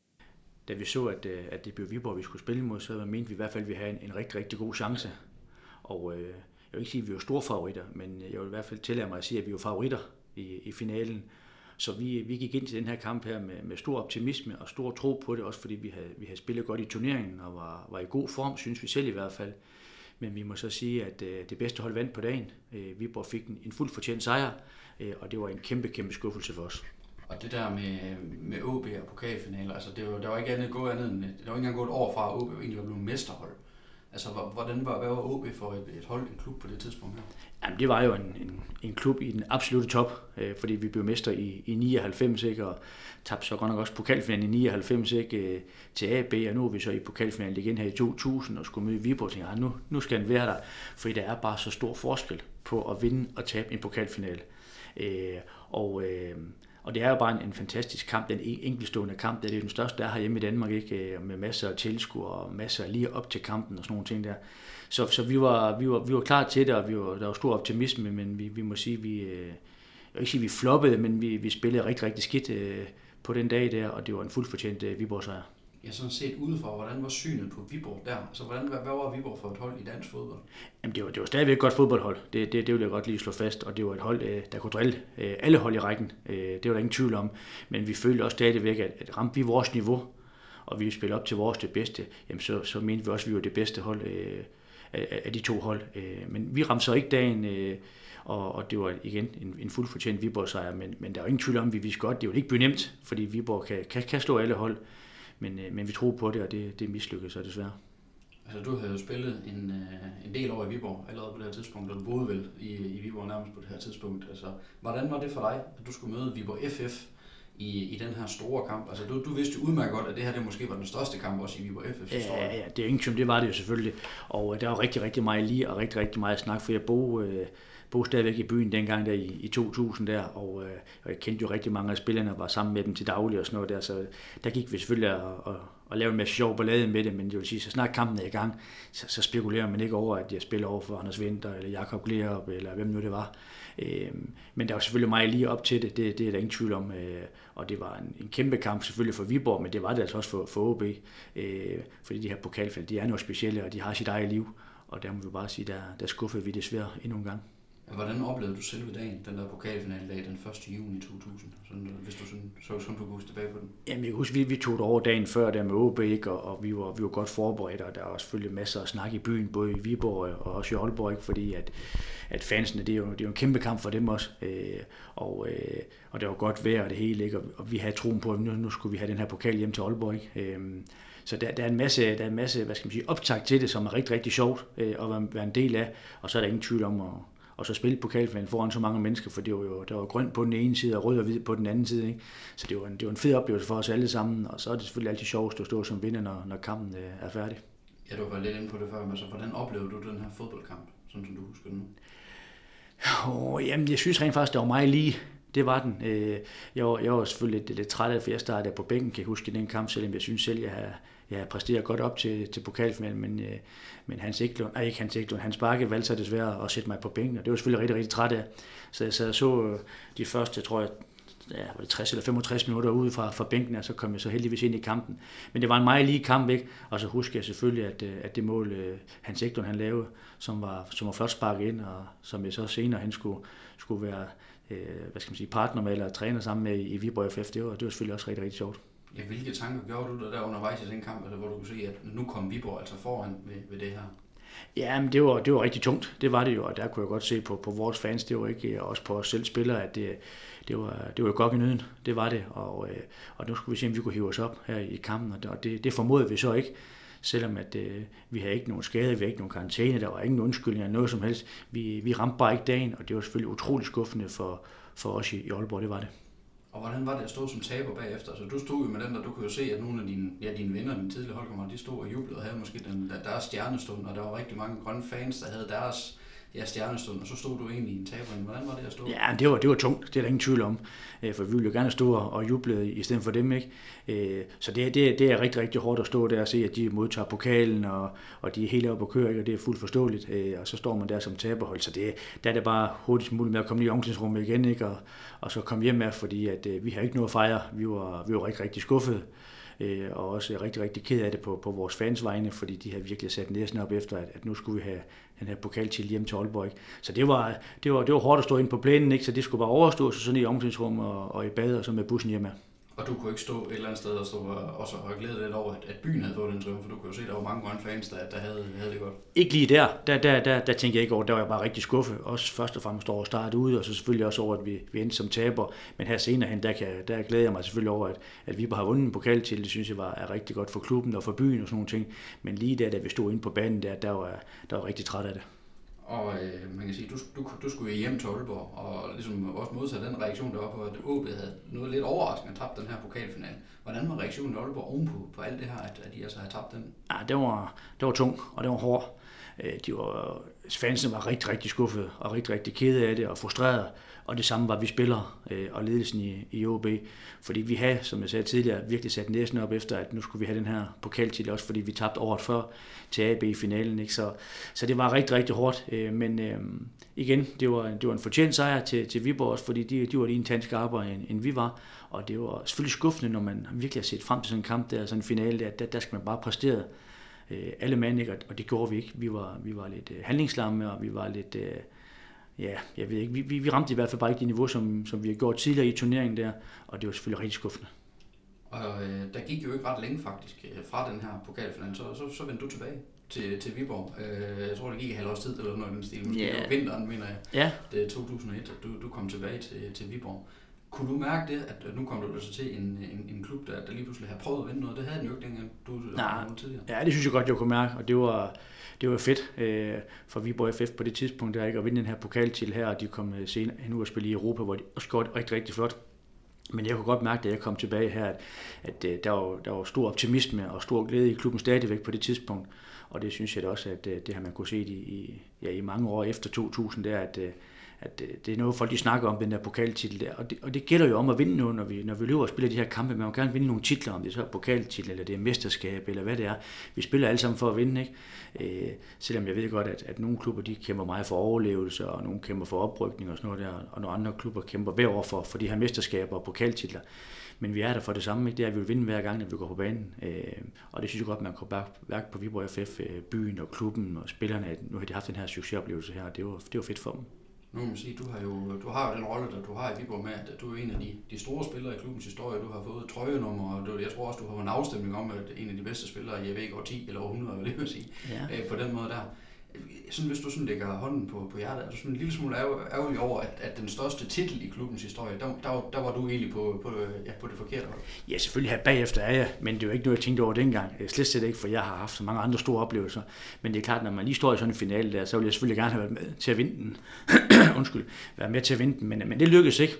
Da vi så, at, at det blev Viborg, vi skulle spille mod, så mente vi i hvert fald, at vi havde en, en rigtig, rigtig god chance. Og øh, jeg vil ikke sige, at vi var store favoritter, men jeg vil i hvert fald tillade mig at sige, at vi var favoritter i, i finalen. Så vi, vi gik ind til den her kamp her med, med stor optimisme og stor tro på det, også fordi vi havde, vi havde spillet godt i turneringen og var, var i god form, synes vi selv i hvert fald. Men vi må så sige, at øh, det bedste hold vandt på dagen. Øh, Viborg fik en, en fuldt fortjent sejr, øh, og det var en kæmpe, kæmpe skuffelse for os. Og det der med, med O B og pokalfinaler, altså det var, der var ikke andet gået andet end, der var ikke engang gået et år fra, at O B egentlig var blevet mesterhold. Altså, hvordan var, hvad var O B for et, et hold, en klub på det tidspunkt her? Jamen, det var jo en, en, en klub i den absolute top, øh, fordi vi blev mester i, i nioghalvfems, ikke, og tabte så godt nok også pokalfinalen i nioghalvfems, ikke, øh, til A B, og nu er vi så i pokalfinalen igen her i to tusind og skulle møde Viborg, og tænkte, ah, nu, nu skal den være der, fordi der er bare så stor forskel på at vinde og tabe en pokalfinale. Øh, og... Øh, Og det er jo bare en, en fantastisk kamp, den enkeltstående kamp, det er den største, der er herhjemme i Danmark, ikke? Med masser af tilskuere og masser lige op til kampen og sådan nogle ting der. Så, så vi, var, vi, var, vi var klar til det, og vi var, der var stor optimisme, men vi, vi må sige, vi, jeg vil ikke sige, vi floppede, men vi, vi spillede rigtig, rigtig skidt på den dag der, og det var en fuldt fortjent Viborg-sejr. Ja, sådan set udefra, hvordan var synet på Viborg der? Altså, hvordan, hvad var Viborg for et hold i dansk fodbold? Jamen, det var, det var stadigvæk et godt fodboldhold. Det, det, det vil jeg godt lige slå fast. Og det var et hold, der kunne drille alle hold i rækken. Det var der ingen tvivl om. Men vi følte også stadigvæk, at ramte vi vores niveau, og vi spillede op til vores det bedste, jamen så, så mente vi også, at vi var det bedste hold af de to hold. Men vi ramte så ikke dagen, og, og det var igen en, en fuldt fortjent Viborg-sejr. Men, men der var ingen tvivl om, at vi vidste godt, det var ikke blive nemt, fordi Viborg kan, kan, kan slå alle hold. Men, men vi tror på det, og det, det mislykkes så desværre. Altså, du havde jo spillet en, øh, en del år i Viborg allerede på det her tidspunkt, og du boede vel i, i Viborg nærmest på det her tidspunkt. Altså, hvordan var det for dig, at du skulle møde Viborg F F i, i den her store kamp? Altså, du, du vidste jo udmærket godt, at det her det måske var den største kamp også i Viborg F F's historie. Ja, ja, det er ingen tvivl, det var det jo selvfølgelig. Og der var rigtig, rigtig meget lige og rigtig, rigtig meget snak, for jeg boede, øh, boede stadigvæk i byen dengang der i, i to tusind der, og, øh, og jeg kendte jo rigtig mange af spillerne og var sammen med dem til daglig og sådan noget der, så der gik vi selvfølgelig og, og, og lavede en masse sjov ballade med det, men det vil sige, så snart kampen er i gang, så, så spekulerer man ikke over, at jeg spiller over for Anders Winter eller Jakob Glerup eller hvem nu det var. Øh, men der var selvfølgelig meget lige op til det, det, det er der ingen tvivl om, øh, og det var en, en kæmpe kamp selvfølgelig for Viborg, men det var det altså også for, for O B, øh, fordi de her pokalfælder, de er noget specielle, og de har sit eget liv, og der må vi bare sige, der, der skuffede vi desværre endnu en gang. Hvordan oplevede du selve dagen, den der pokalfinale-dag, den første juni to tusind, sådan, hvis du sådan, så sådan du kunne huske tilbage på den? Jamen, jeg kan huske, vi, vi tog det over dagen før der med O B, ikke? Og, og vi, var, vi var godt forberedt, og der var selvfølgelig masser af snak i byen, både i Viborg og også i Aalborg, ikke? Fordi at, at fansene, det er, jo, det er jo en kæmpe kamp for dem også, øh, og, øh, og det var godt vejr og det hele, ikke? Og, og vi havde troen på, at nu, nu skulle vi have den her pokal hjem til Aalborg, ikke? Øh, Så der, der, er en masse, der er en masse, hvad skal man sige, optakt til det, som er rigtig, rigtig sjovt øh, at være, være en del af, og så er der ingen tvivl om at og så spille pokalfinalen foran så mange mennesker, for det var jo der var grønt på den ene side og rød og hvid på den anden side, ikke? Så det var, en, det var en fed oplevelse for os alle sammen, og så er det selvfølgelig altid sjovest at stå som vinder, når, når kampen er færdig. Ja, du var lidt inde på det før, men så hvordan oplevede du den her fodboldkamp, sådan som du husker den nu? Oh, jamen, jeg synes rent faktisk, det var meget lige. Det var den. Jeg var, jeg var selvfølgelig lidt, lidt træt af, for jeg startede på bænken, kan jeg huske i den kamp, selvom jeg synes selv, jeg har jeg har præsteret godt op til, til pokalfinalen, men, men Hans Eklund, nej ikke Hans Eklund, Hans Bakke valgte så desværre at sætte mig på bænken, og det var selvfølgelig rigtig, rigtig træt af. Så jeg så, så de første, tror jeg, ja, var det tres eller femogtres minutter ude fra, fra bænken, og så kom jeg så heldigvis ind i kampen. Men det var en meget lige kamp, ikke? Og så husker jeg selvfølgelig, at, at det mål, Hans Eklund han lavede, som var, som var flot sparket ind, og som jeg så senere han skulle, skulle være hvad skal man sige, partner med eller træner sammen med i Viborg F F, det var, det var selvfølgelig også rigtig, rigtig sjovt. Ja, hvilke tanker gjorde du der undervejs i den kamp, altså, hvor du kunne se, at nu kom Viborg altså foran ved, ved det her? Ja, men det var, det var rigtig tungt. Det var det jo, og der kunne jeg godt se på, på vores fans, det var ikke også på os selv spillere, at det, det var, det var jo godt i nyden. Det var det, og, og nu skulle vi se, om vi kunne hive os op her i kampen, og det, det formodede vi så ikke. Selvom at, øh, vi havde ikke nogen skade, vi havde ikke nogen karantæne, der var ingen undskyldning eller noget som helst. Vi, vi ramte bare ikke dagen, og det var selvfølgelig utrolig skuffende for, for os i, i Aalborg, det var det. Og hvordan var det at stå som taber bagefter? Altså, du stod jo med den der, du kunne jo se, at nogle af dine, ja, dine venner, dine tidligere holdkammerater, de stod og jublede og havde måske den, deres stjernestund, og der var rigtig mange grønne fans, der havde deres ja, stjernestund, og så stod du egentlig i en taber. Hvordan var det at stå? Ja, det var, det var tungt, det er der ingen tvivl om, for vi ville jo gerne stå og juble i stedet for dem, ikke? Så det, det, det er rigtig, rigtig hårdt at stå der og se, at de modtager pokalen, og, og de er helt oppe at køre, ikke? Og det er fuldt forståeligt, og så står man der som taberhold, så det, der er det bare hurtigst muligt med at komme i omklædningsrummet igen, ikke? Og, og så komme hjem med, fordi at, vi har ikke noget at fejre, vi var, vi var rigtig, rigtig skuffede, og også rigtig, rigtig ked af det på, på vores fans vegne, fordi de har virkelig sat næsen op efter, at, at nu skulle vi have den her pokal til hjem til Aalborg, ikke? Så det var, det, var, det var hårdt at stå inde på plænen, ikke? Så det skulle bare overstås sådan i omklædningsrummet og, og i bad, og så med bussen hjemme. Og du kunne ikke stå et eller andet sted og stå og, også og glæde lidt over, at, at byen havde fået den triumf, for du kunne jo se, at der var mange grønne fans, der, der havde, havde det godt. Ikke lige der. Der, der, der, der tænkte jeg ikke over, der var jeg bare rigtig skuffet. Også først og fremmest over at starte ude, og så selvfølgelig også over, at vi, vi endte som taber. Men her senere hen, der, kan, der glæder jeg mig selvfølgelig over, at, at vi bare har vundet en pokal til. Det synes jeg var er rigtig godt for klubben og for byen og sådan nogle ting. Men lige der, da vi stod inde på banen, der, der var der var rigtig træt af det. Og øh, man kan sige, du, du, du skulle hjem til Aalborg, og ligesom også modsat den reaktion, der var på, at O B havde noget lidt overraskende at tabt den her pokalfinale. Hvordan var reaktionen i Aalborg ovenpå på alt det her, at, at de altså havde tabt den? Ja, det var, det var tung, og det var hård. De var, fansene var rigtig, rigtig skuffede, og rigtig, rigtig kede af det, og frustrerede. Og det samme var vi spillere og ledelsen i, i O B. Fordi vi havde, som jeg sagde tidligere, virkelig sat næsen op efter, at nu skulle vi have den her pokaltitel, også fordi vi tabte året før til A B i finalen. Ikke? Så, så det var rigtig, rigtig hårdt. Men øh, igen, det var, det var en fortjent sejr til, til Viborg også, fordi de, de var lige en tand skarpere, end, end vi var. Og det var selvfølgelig skuffende, når man virkelig har set frem til sådan en kamp, der, sådan en finale, der, der, der skal man bare præstere øh, alle mand, ikke? Og det gjorde vi ikke. Vi var, vi var lidt øh, handlingslamme, og vi var lidt... Øh, Ja, jeg ved ikke. Vi, vi, vi ramte i hvert fald bare ikke det niveau, som, som vi har gjort tidligere i turneringen der, og det var selvfølgelig rigtig skuffende. Og øh, der gik jo ikke ret længe faktisk fra den her pokalfinale, så, så, så vendte du tilbage til, til Viborg. Øh, jeg tror, det gik et halvt års tid eller noget i den stil. Måske yeah. Vinteren, mener jeg. Ja. Det er to tusind og et, at du, du kom tilbage til, til Viborg. Kunne du mærke det, at nu kom du så til en, en, en klub, der, der lige pludselig har prøvet at vinde noget? Det havde den jo ikke dengang, du var tidligere. Ja, det synes jeg godt, jeg kunne mærke, og det var, det var fedt øh, for Viborg F F på det tidspunkt, der ikke at vinde den her pokaltitel her, og de kom senere hen ud og spille i Europa, hvor de også gjorde det rigtig, rigtig flot. Men jeg kunne godt mærke, da jeg kom tilbage her, at, at, at der, var, der var stor optimisme og stor glæde i klubben stadigvæk på det tidspunkt. Og det synes jeg da også, at det har man kunne se i, i, ja, i mange år efter to tusind, der, at, at det er noget, folk de snakker om, den der pokaltitel der. Og det, og det gælder jo om at vinde noget, når vi, når vi løber og spiller de her kampe. Man må gerne vinde nogle titler, om det så er pokaltitel, eller det er mesterskab, eller hvad det er. Vi spiller alle sammen for at vinde, ikke? Øh, selvom jeg ved godt, at, at nogle klubber de kæmper meget for overlevelse, og nogle kæmper for oprykning og sådan noget der, og nogle andre klubber kæmper hver år for, for de her mesterskaber og pokaltitler. Men vi er der for det samme, ikke? Det er, at vi vil vinde hver gang, når vi går på banen. Øh, og det synes jeg godt, man kan værke på Viborg F F, øh, byen og klubben og spillerne. Nu har de haft den her succesoplevelse her, det var, det var fedt for dem. Nu må man sige, du har jo du har jo den rolle, der du har i Viborg med, at du er en af de, de store spillere i klubbens historie. Du har fået trøjenummer, og du, jeg tror også, du har en afstemning om, at en af de bedste spillere i, jeg ved ikke, år ti eller år hundrede, hvad det vil sige, ja. øh, på den måde der. Sådan, hvis du sådan lægger hånden på, på hjertet, er du sådan en lille smule ærgerlig over, at, at den største titel i klubbens historie, der, der, der var du egentlig på, på, ja, på det forkerte hold? Ja, selvfølgelig her bagefter er jeg, men det er jo ikke noget, jeg tænkte over dengang. Slet set ikke, for jeg har haft så mange andre store oplevelser. Men det er klart, når man lige står i sådan en finale der, så vil jeg selvfølgelig gerne have været med til at vinde den. Undskyld, være med til at vinde den, men, men det lykkedes ikke.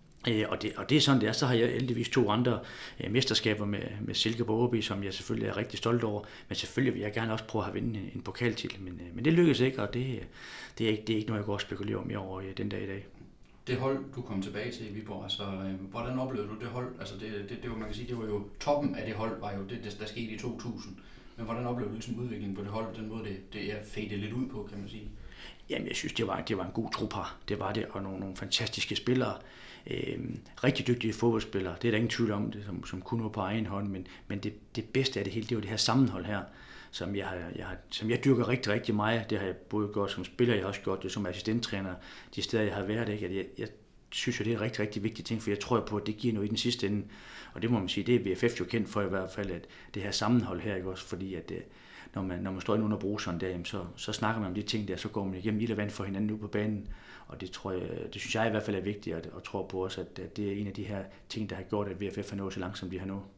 Og det, og det er sådan, det er. Så har jeg heldigvis to andre øh, mesterskaber med, med Silkeborg O B, som jeg selvfølgelig er rigtig stolt over. Men selvfølgelig vil jeg gerne også prøve at have vinde en, en pokaltitel, men, øh, men det lykkedes ikke, og det, det, er ikke, det er ikke noget, jeg går og spekulerer mere over øh, den dag i dag. Det hold, du kom tilbage til i Viborg, altså, øh, hvordan oplevede du det hold? Altså, det, det, det, var, man kan sige, det var jo toppen af det hold, var jo det, der, der skete i to tusind. Men hvordan oplevede du ligesom udviklingen på det hold, den måde, det, det er fadet lidt ud på, kan man sige? Jamen, jeg synes, det var, det var en god trup her. Det var det, og nogle, nogle fantastiske spillere. Øhm, rigtig dygtige fodboldspillere, det er der ingen tvivl om, det, som, som kunne nå på egen hånd, men, men det, det bedste af det hele, det var det her sammenhold her, som jeg, har, jeg har, som jeg dyrker rigtig, rigtig meget. Det har jeg både gjort som spiller, jeg har også gjort det som assistenttræner, de steder, jeg har været. Ikke? Jeg, jeg synes jo, det er en rigtig, rigtig vigtig ting, for jeg tror på, at det giver noget i den sidste ende, og det må man sige, det er V F F jo kendt for i hvert fald, at det her sammenhold her, ikke også, fordi at det, når man, når man står inde under bruseren der, så, så snakker man om de ting der, så går man igennem ild og vand for hinanden ude på banen. Og det, tror jeg, det synes jeg i hvert fald er vigtigt, og, og tror på også, at det er en af de her ting, der har gjort, at V F F har nået så langt, som de har nået.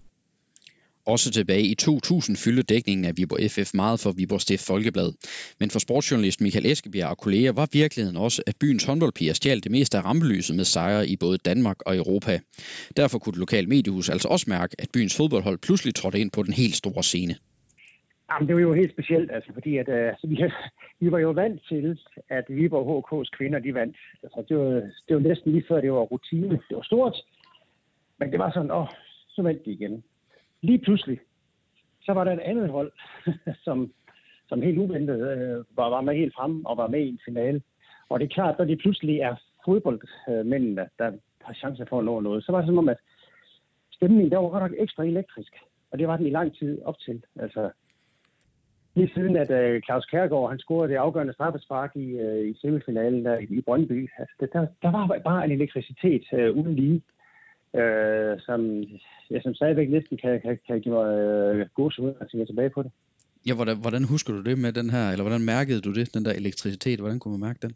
Også tilbage i to tusind fyldte dækningen af Viborg F F meget for Viborg Stift Folkeblad. Men for sportsjournalist Michael Eskebjerg og kolleger var virkeligheden også, at byens håndboldpiger stjal det meste af rampelyset med sejre i både Danmark og Europa. Derfor kunne det lokale mediehus altså også mærke, at byens fodboldhold pludselig trådte ind på den helt store scene. Jamen, det var jo helt specielt, altså, fordi at, altså, vi, vi var jo vant til, at Viborg H K's kvinder, de vandt. Altså, det, var, det var næsten lige før, det var rutine. Det var stort, men det var sådan, åh, så vandt de igen. Lige pludselig, så var der et andet hold, som, som helt uventet øh, var, var med helt frem og var med i en finale. Og det er klart, når de pludselig er fodboldmændene, der har chancer for at nå noget, så var det som om, at stemningen der var godt nok ekstra elektrisk. Og det var den i lang tid op til. Altså, lige siden at uh, Claus Kjærgaard, han scorede det afgørende straffespark i, uh, i semifinalen der i, i Brøndby. Altså, der, der var bare en elektricitet uh, uden lige, uh, som, ja, som stadigvæk næsten kan, kan, kan give mig uh, gåsehud, når jeg tænker tilbage på det. Ja, hvordan, hvordan husker du det med den her, eller hvordan mærkede du det, den der elektricitet? Hvordan kunne man mærke den?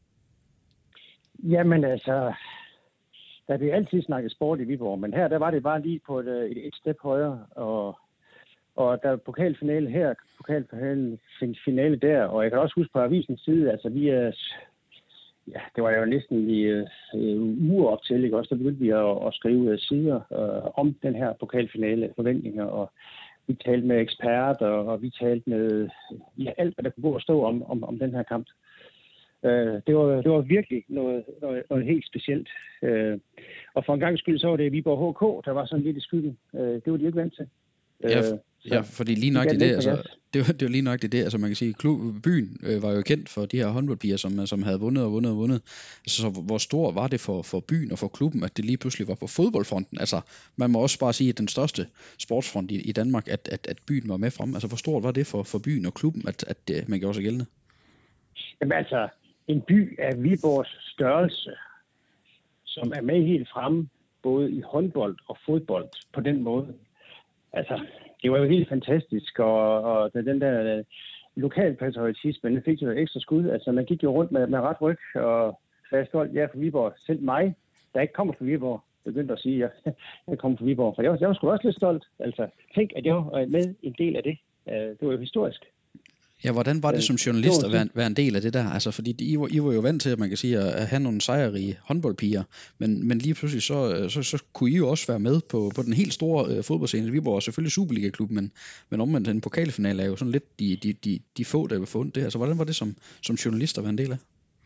Jamen altså, der bliver altid snakket sport i Viborg, men her der var det bare lige på et, et, et step højere, og Og der er pokalfinale her, pokalfinale finale der, og jeg kan også huske på avisens side, altså vi er, ja, det var jo næsten i uh, uger op til, ikke også, der begyndte vi at, at skrive sider uh, om den her pokalfinale forventninger, og vi talte med eksperter, og vi talte med ja, alt, hvad der kunne gå og stå om, om, om den her kamp. Uh, det, var, det var virkelig noget, noget, noget helt specielt. Uh, og for en gang skyld, så var det Viborg H K, der var sådan lidt i skyggen. Uh, det var de ikke vant til. Ja, ja, fordi lige nok det, det, altså, det, var, det var lige nok det, altså man kan sige, klub, byen øh, var jo kendt for de her håndboldpiger, som, som havde vundet og vundet og vundet. Altså, så hvor stor var det for, for byen og for klubben, at det lige pludselig var på fodboldfronten? Altså, man må også bare sige, at den største sportsfront i, i Danmark, at, at, at byen var med frem. Altså, hvor stort var det for, for byen og klubben, at, at, at man gjorde sig gældende? Jamen altså, en by af Viborgs størrelse, som er med helt fremme, både i håndbold og fodbold på den måde. Altså, det var jo helt fantastisk, og, og den der uh, lokalpatriotisme, den fik jo et ekstra skud. Altså, man gik jo rundt med, med ret ryg, og sagde stolt, ja, for Viborg, selv mig, der ikke kommer fra Viborg, begyndte at sige, at jeg, jeg kommer fra Viborg. For jeg var, jeg var sgu også lidt stolt. Altså, tænk, at jeg var med en del af det. Det var jo historisk. Ja, hvordan var det som journalist at være, være en del af det der? Altså, fordi I var, I var jo vant til, at man kan sige, at have nogle sejrige håndboldpiger, men, men lige pludselig så, så, så kunne I jo også være med på, på den helt store øh, fodboldscene. Vi var selvfølgelig Superliga-klub, men, men omvendt en pokalfinale er jo sådan lidt de, de, de, de få, der vil få det her. Så hvordan var det som, som journalist at være en del af?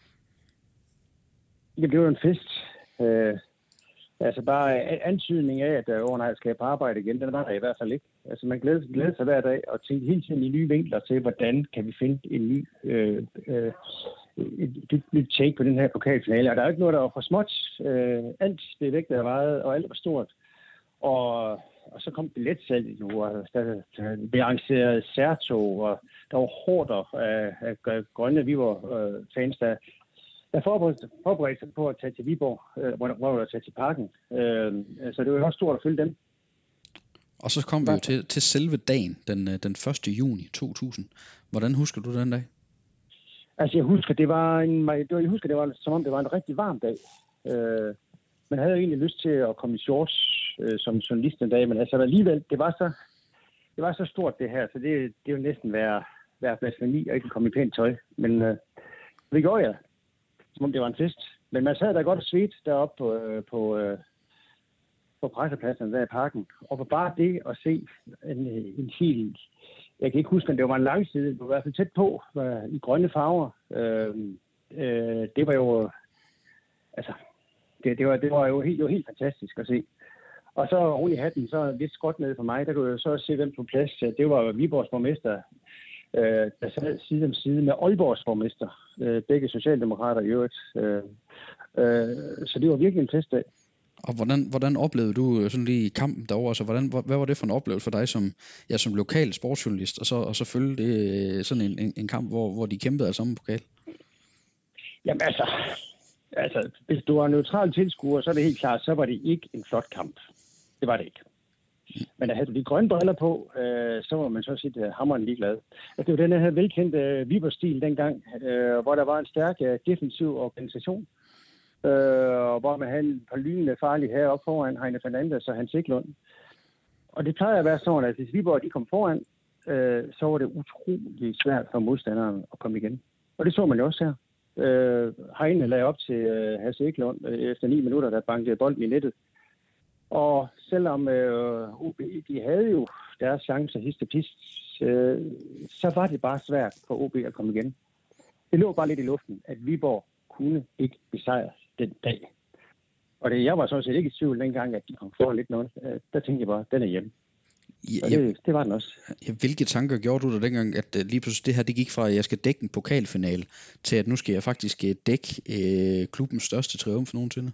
Ja, det var en fest. Øh, altså bare antydning af, at øh, nej, skal jeg på arbejde igen, den var der i hvert fald ikke. Altså man glæder, glæder sig hver dag og tænker hele tiden i nye vinkler til, hvordan kan vi finde en ny, øh, øh, et, et nyt take på den her pokalfinale. Og der er jo ikke noget, der var for småt. Øh, alt det væk, der var, og alt var stort. Og, og så kom billetsalget jo, og der, der blev arrangeret særtog, og der var hårder af, af grønne Viborg-fans, der Jeg forberedte, forberedte sig på at tage til Viborg, øh, hvor der var at tage til Parken. Øh, så det var jo også stort at følge dem. Og så kom vi jo til, til selve dagen, den, den første juni to tusind. Hvordan husker du den dag? Altså jeg husker, det var en, det var, jeg husker, det var som om det var en rigtig varm dag. Øh, man havde jo egentlig lyst til at komme i shorts øh, som journalist den dag, men altså alligevel, det var så, det var så stort det her, så det, det ville næsten være, være blasfemi og ikke komme i pænt tøj. Men øh, det gjorde jeg. Som om det var en fest. Men man sad der godt og svedt deroppe på, øh, på, øh, på pressepladsen der i Parken. Og på bare det at se en, en helt... Jeg kan ikke huske, om det var en lang side. Det var i hvert fald tæt på øh, i grønne farver. Øh, øh, det var jo... Altså, det, det, var, det var jo helt, det var helt fantastisk at se. Og så oven i hatten, så lidt skråt ned for mig, der kunne jeg så se, hvem på plads. Det var Viborgs borgmester, Øh, der sad side om side med Aalborgs borgmester, øh, begge socialdemokrater i øvrigt. Øh, øh, så det var virkelig en festdag. Og hvordan, hvordan oplevede du sådan lige kampen derovre? Altså, hvordan, hvad var det for en oplevelse for dig som, ja, som lokal sportsjournalist, og så, og så følge det sådan en, en, en kamp, hvor, hvor de kæmpede altså om pokal? Jamen altså, altså, hvis du var neutral tilskuer, så er det helt klart, så var det ikke en flot kamp. Det var det ikke. Men da havde du de grønne briller på, øh, så var man så sige uh, hammeren ligeglad. Altså, det var den her velkendte uh, Viborg-stil dengang, øh, hvor der var en stærk uh, defensiv organisation, øh, og hvor man havde en par lynende farlige heroppe foran, Heine Fernandes og Hans Eklund. Og det plejer at være sådan, at hvis Viborg de kom foran, øh, så var det utrolig svært for modstanderen at komme igen. Og det så man jo også her. Øh, Heine lagde op til uh, Hans Eklund øh, efter ni minutter, der bankede bolden i nettet. Og selvom øh, O B, de havde jo deres chancer hist og pist, øh, så var det bare svært for O B at komme igen. Det lå bare lidt i luften, at Viborg kunne ikke besejre den dag. Og det, jeg var sådan set ikke i tvivl dengang, at de kom foran lidt noget. Øh, der tænkte jeg bare, den er hjemme. Ja, og det, det var den også. Ja, hvilke tanker gjorde du der dengang, at uh, lige pludselig det her, det gik fra, at jeg skal dække en pokalfinale, til at nu skal jeg faktisk uh, dække uh, klubbens største triumf nogensinde?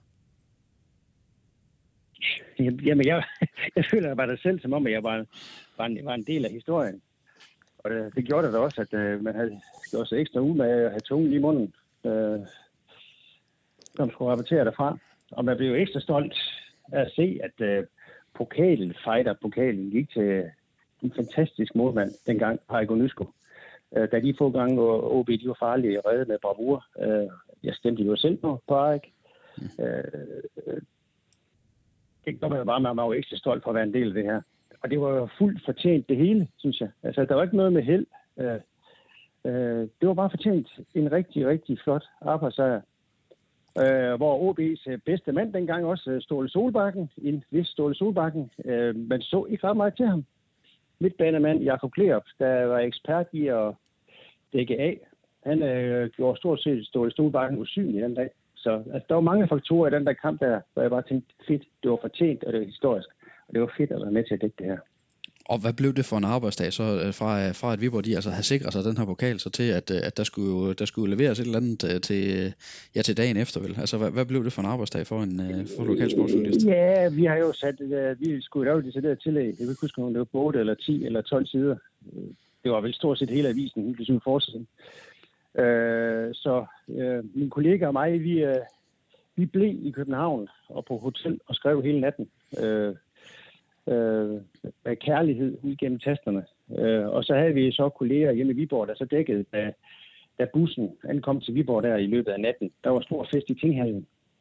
Jamen, jeg, jeg føler bare det selv, som om, at jeg var, var, en, var en del af historien. Og det, det gjorde det da også, at øh, man havde gjort sig ekstra ud med at have tungen i munden, øh, når man skulle rapportere derfra. Og man blev jo ekstra stolt af at se, at øh, pokalen, fighter-pokalen, gik til en fantastisk målmand dengang, Heiko Nysko. Øh, da de få gange, hvor O B de var farlige og redde med bravur. Øh, jeg stemte jo selv på, på Erik. Øh, Det gør man bare, man var jo ekstra stolt for at være en del af det her. Og det var jo fuldt fortjent det hele, synes jeg. Altså, der var ikke noget med held. Øh, øh, det var bare fortjent en rigtig, rigtig flot arbejdssejr. Øh, hvor O B's bedste mand dengang også, Ståle Solbakken, en vis Ståle Solbakken, øh, man så ikke ret meget til ham. Midtbanemand Jakob Kleop, der var ekspert i at dække af. Han øh, gjorde stort set Ståle Solbakken usynlig den dag. Så altså, der var mange faktorer i den der kamp der, hvor jeg bare tænkte, fedt, det var fortjent, og det var historisk. Og det var fedt at være med til at dække det her. Og hvad blev det for en arbejdsdag så fra, fra at Viborg de altså havde sikret sig den her pokal, så til at, at der, skulle, der skulle leveres et eller andet til, ja, til dagen efter, vel? Altså hvad, hvad blev det for en arbejdsdag for en for lokalsportsjournalist? Ja, vi har jo sat, vi skulle lave decideret tillæg. Jeg vil ikke huske, om det var på otte eller ti eller tolv sider. Det var vel stort set hele avisen, inklusive forsiden. Øh, så øh, min kollega og mig, vi, øh, vi blev i København og på hotel og skrev hele natten øh, øh, med kærlighed ud gennem tasterne. Øh, og så havde vi så kolleger hjemme i Viborg, der så dækkede, da, da bussen ankom til Viborg der i løbet af natten. Der var stor fest i Tinghallen.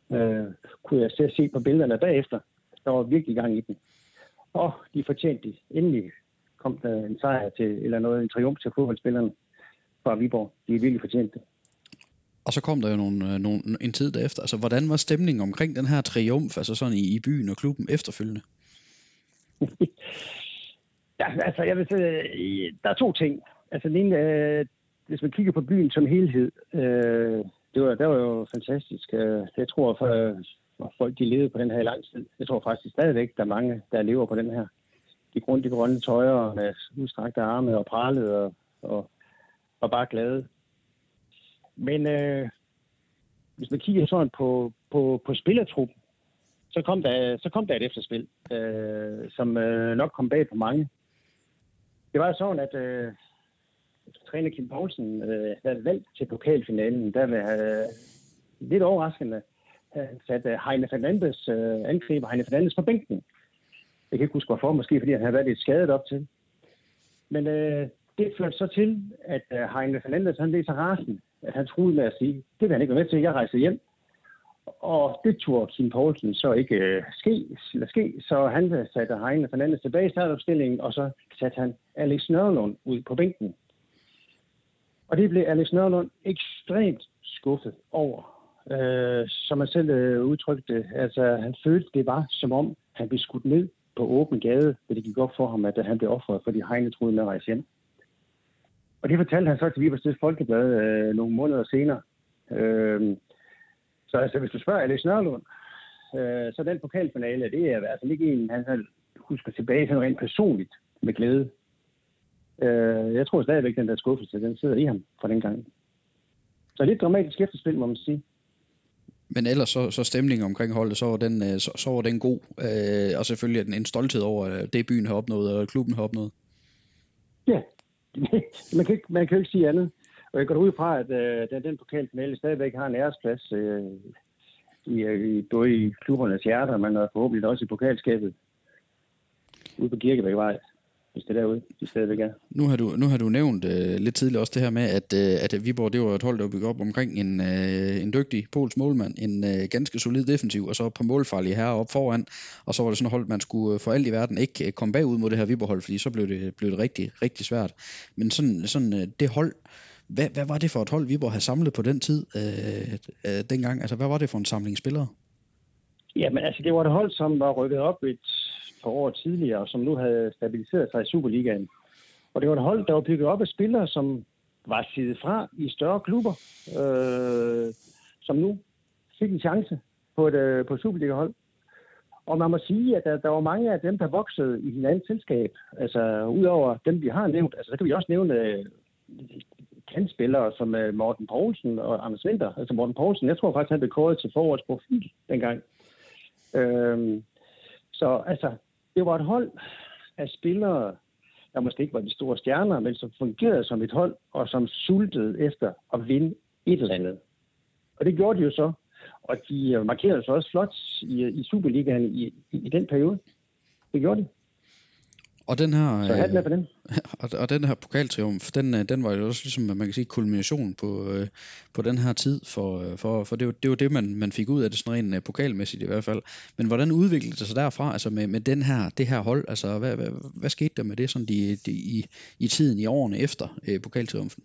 Øh, kunne jeg selv se på billederne bagefter. Der var virkelig gang i den. Og de fortjente det. Endelig kom der en sejr til, eller noget, en triumf til fodboldspillerne fra Viborg. De er virkelig fortjent det. Og så kom der jo nogle, nogle, en tid derefter. Altså, hvordan var stemningen omkring den her triumf, altså sådan i, i byen og klubben efterfølgende? Ja, altså, jeg vil sige, der er to ting. Altså, den ene, øh, hvis man kigger på byen som helhed, øh, det var, det var jo fantastisk. Øh, jeg tror, for, for folk, de levede på den her i lang tid. Jeg tror faktisk stadigvæk, der er mange, der lever på den her. De grunde, de grønne tøjer med udstrakte arme og pralede og, og, og bare glade. Men øh, hvis man kigger sådan på, på, på spillertruppen, så kom der, så kom der et efterspil, øh, som øh, nok kom bag på mange. Det var jo sådan, at øh, træner Kim Poulsen øh, havde valgt til pokalfinalen. Der var øh, lidt overraskende, han satte Heine Fernandes, øh, angriber Heine Fernandes på bænken. Jeg kan ikke huske hvorfor, måske fordi han havde været lidt skadet op til. Men øh, det førte så til, at øh, Heine Fernandes, han blev så rasende, at han troede med at sige, det vil han ikke være med til, jeg rejser hjem. Og det turde Kim Poulsen så ikke øh, ske, eller ske, så han satte Heine Fernandes tilbage i startopstillingen, og så satte han Alex Nørlund ud på bænken. Og det blev Alex Nørlund ekstremt skuffet over. Øh, som han selv øh, udtrykte det. Altså, han følte, det var som om, han blev skudt ned på åben gade, da det gik op for ham, at han blev offret, fordi Heine troede med at rejse hjem. Og det fortalte han så til Vibers Folkeblad øh, nogle måneder senere. Øh, så altså, hvis du spørger Alex Nørlund, øh, så den pokalfinale, det er altså ikke en, han husker tilbage til rent personligt med glæde. Øh, jeg tror stadigvæk, den der skuffelse, den sidder i ham fra den gang. Så lidt dramatisk efterspil, må man sige. Men ellers så, så stemningen omkring holdet, så var den, så, så var den god. Øh, og selvfølgelig er den en stolthed over det, byen har opnået, og klubben har opnået. Ja, man kan, ikke, man kan jo ikke sige andet. Og jeg går ud fra, at øh, den, den pokalfinale stadigvæk har en æresplads, øh, i, i, både i klubbernes hjerter, men forhåbentlig også i pokalskabet ude på Kirkebækvej. Hvis det derude, det stadigvæk er. Nu har du, nu har du nævnt øh, lidt tidligere også det her med, at, øh, at Viborg, det var et hold, der var bygget op omkring en, øh, en dygtig polsk målmand, en øh, ganske solid defensiv, og så på målfarlige herrer op foran, og så var det sådan et hold, man skulle for alt i verden ikke komme bagud mod det her Viborg-hold, fordi så blev det, blev det rigtig, rigtig svært. Men sådan, sådan øh, det hold, hvad, hvad var det for et hold, Viborg havde samlet på den tid, øh, øh, dengang? Altså, hvad var det for en samling spillere? Jamen, altså, det var et hold, som var rykket op et par år tidligere, og som nu havde stabiliseret sig i Superligaen. Og det var et hold, der var bygget op af spillere, som var siddet fra i større klubber, øh, som nu fik en chance på et øh, på Superliga-hold. Og man må sige, at der, der var mange af dem, der voksede i hinandens selskab. Altså, udover dem, vi har nævnt, altså, så kan vi også nævne øh, kandspillere som øh, Morten Poulsen og Anders Winter. Altså Morten Poulsen, jeg tror faktisk, han blev kåret til forårets profil dengang. Øh, så altså, det var et hold af spillere, der måske ikke var de store stjerner, men som fungerede som et hold, og som sultede efter at vinde et eller andet. Og det gjorde de jo så. Og de markerede sig også flot i, i Superligaen i, i, i den periode. Det gjorde de. Og den her, så hatten er på den. Og, og den her pokaltriumf, den, den var jo også ligesom, man kan sige, kulmination på, på den her tid, for, for, for det, var, det var det, man, man fik ud af det sådan rent pokalmæssigt i hvert fald. Men hvordan udviklede det sig derfra, altså med, med den her, det her hold, altså hvad, hvad, hvad skete der med det sådan de, de, i, i tiden, i årene efter eh, pokaltriumfen?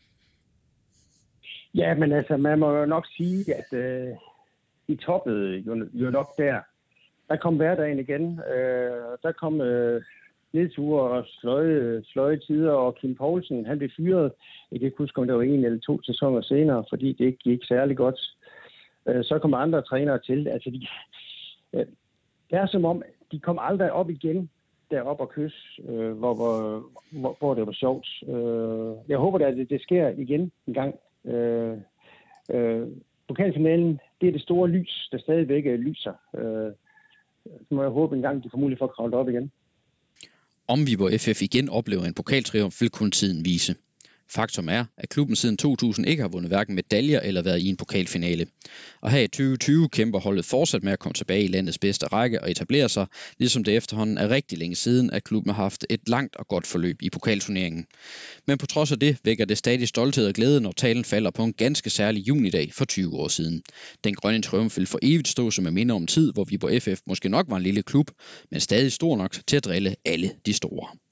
Ja, men altså, man må jo nok sige, at øh, de toppede jo, jo nok der. Der kom hverdagen igen, øh, der kom øh, nedture og sløje, sløje tider, og Kim Poulsen, han blev fyret. Jeg kan ikke huske, om det var en eller to sæsoner senere, fordi det ikke gik særlig godt. Øh, så kom andre trænere til. Altså, de, øh, det er som om, de kom aldrig op igen derop og kys, øh, hvor, hvor, hvor, hvor det var sjovt. Øh, jeg håber, at det, det sker igen en gang. Øh, øh, pokalfinalen, det er det store lys, der stadigvæk lyser. Øh, så må jeg håbe en gang, de får mulighed for at kravle op igen. Om Viborg F F igen oplever en pokaltriumf, vil kun tiden vise. Faktum er, at klubben siden to tusind ikke har vundet hverken medaljer eller været i en pokalfinale. Og her i tyve tyve kæmper holdet fortsat med at komme tilbage i landets bedste række og etablere sig, ligesom det efterhånden er rigtig længe siden, at klubben har haft et langt og godt forløb i pokalturneringen. Men på trods af det vækker det stadig stolthed og glæde, når talen falder på en ganske særlig junidag for tyve år siden. Den grønne triumf vil for evigt stå som en minde om tid, hvor Viborg F F måske nok var en lille klub, men stadig stor nok til at drille alle de store.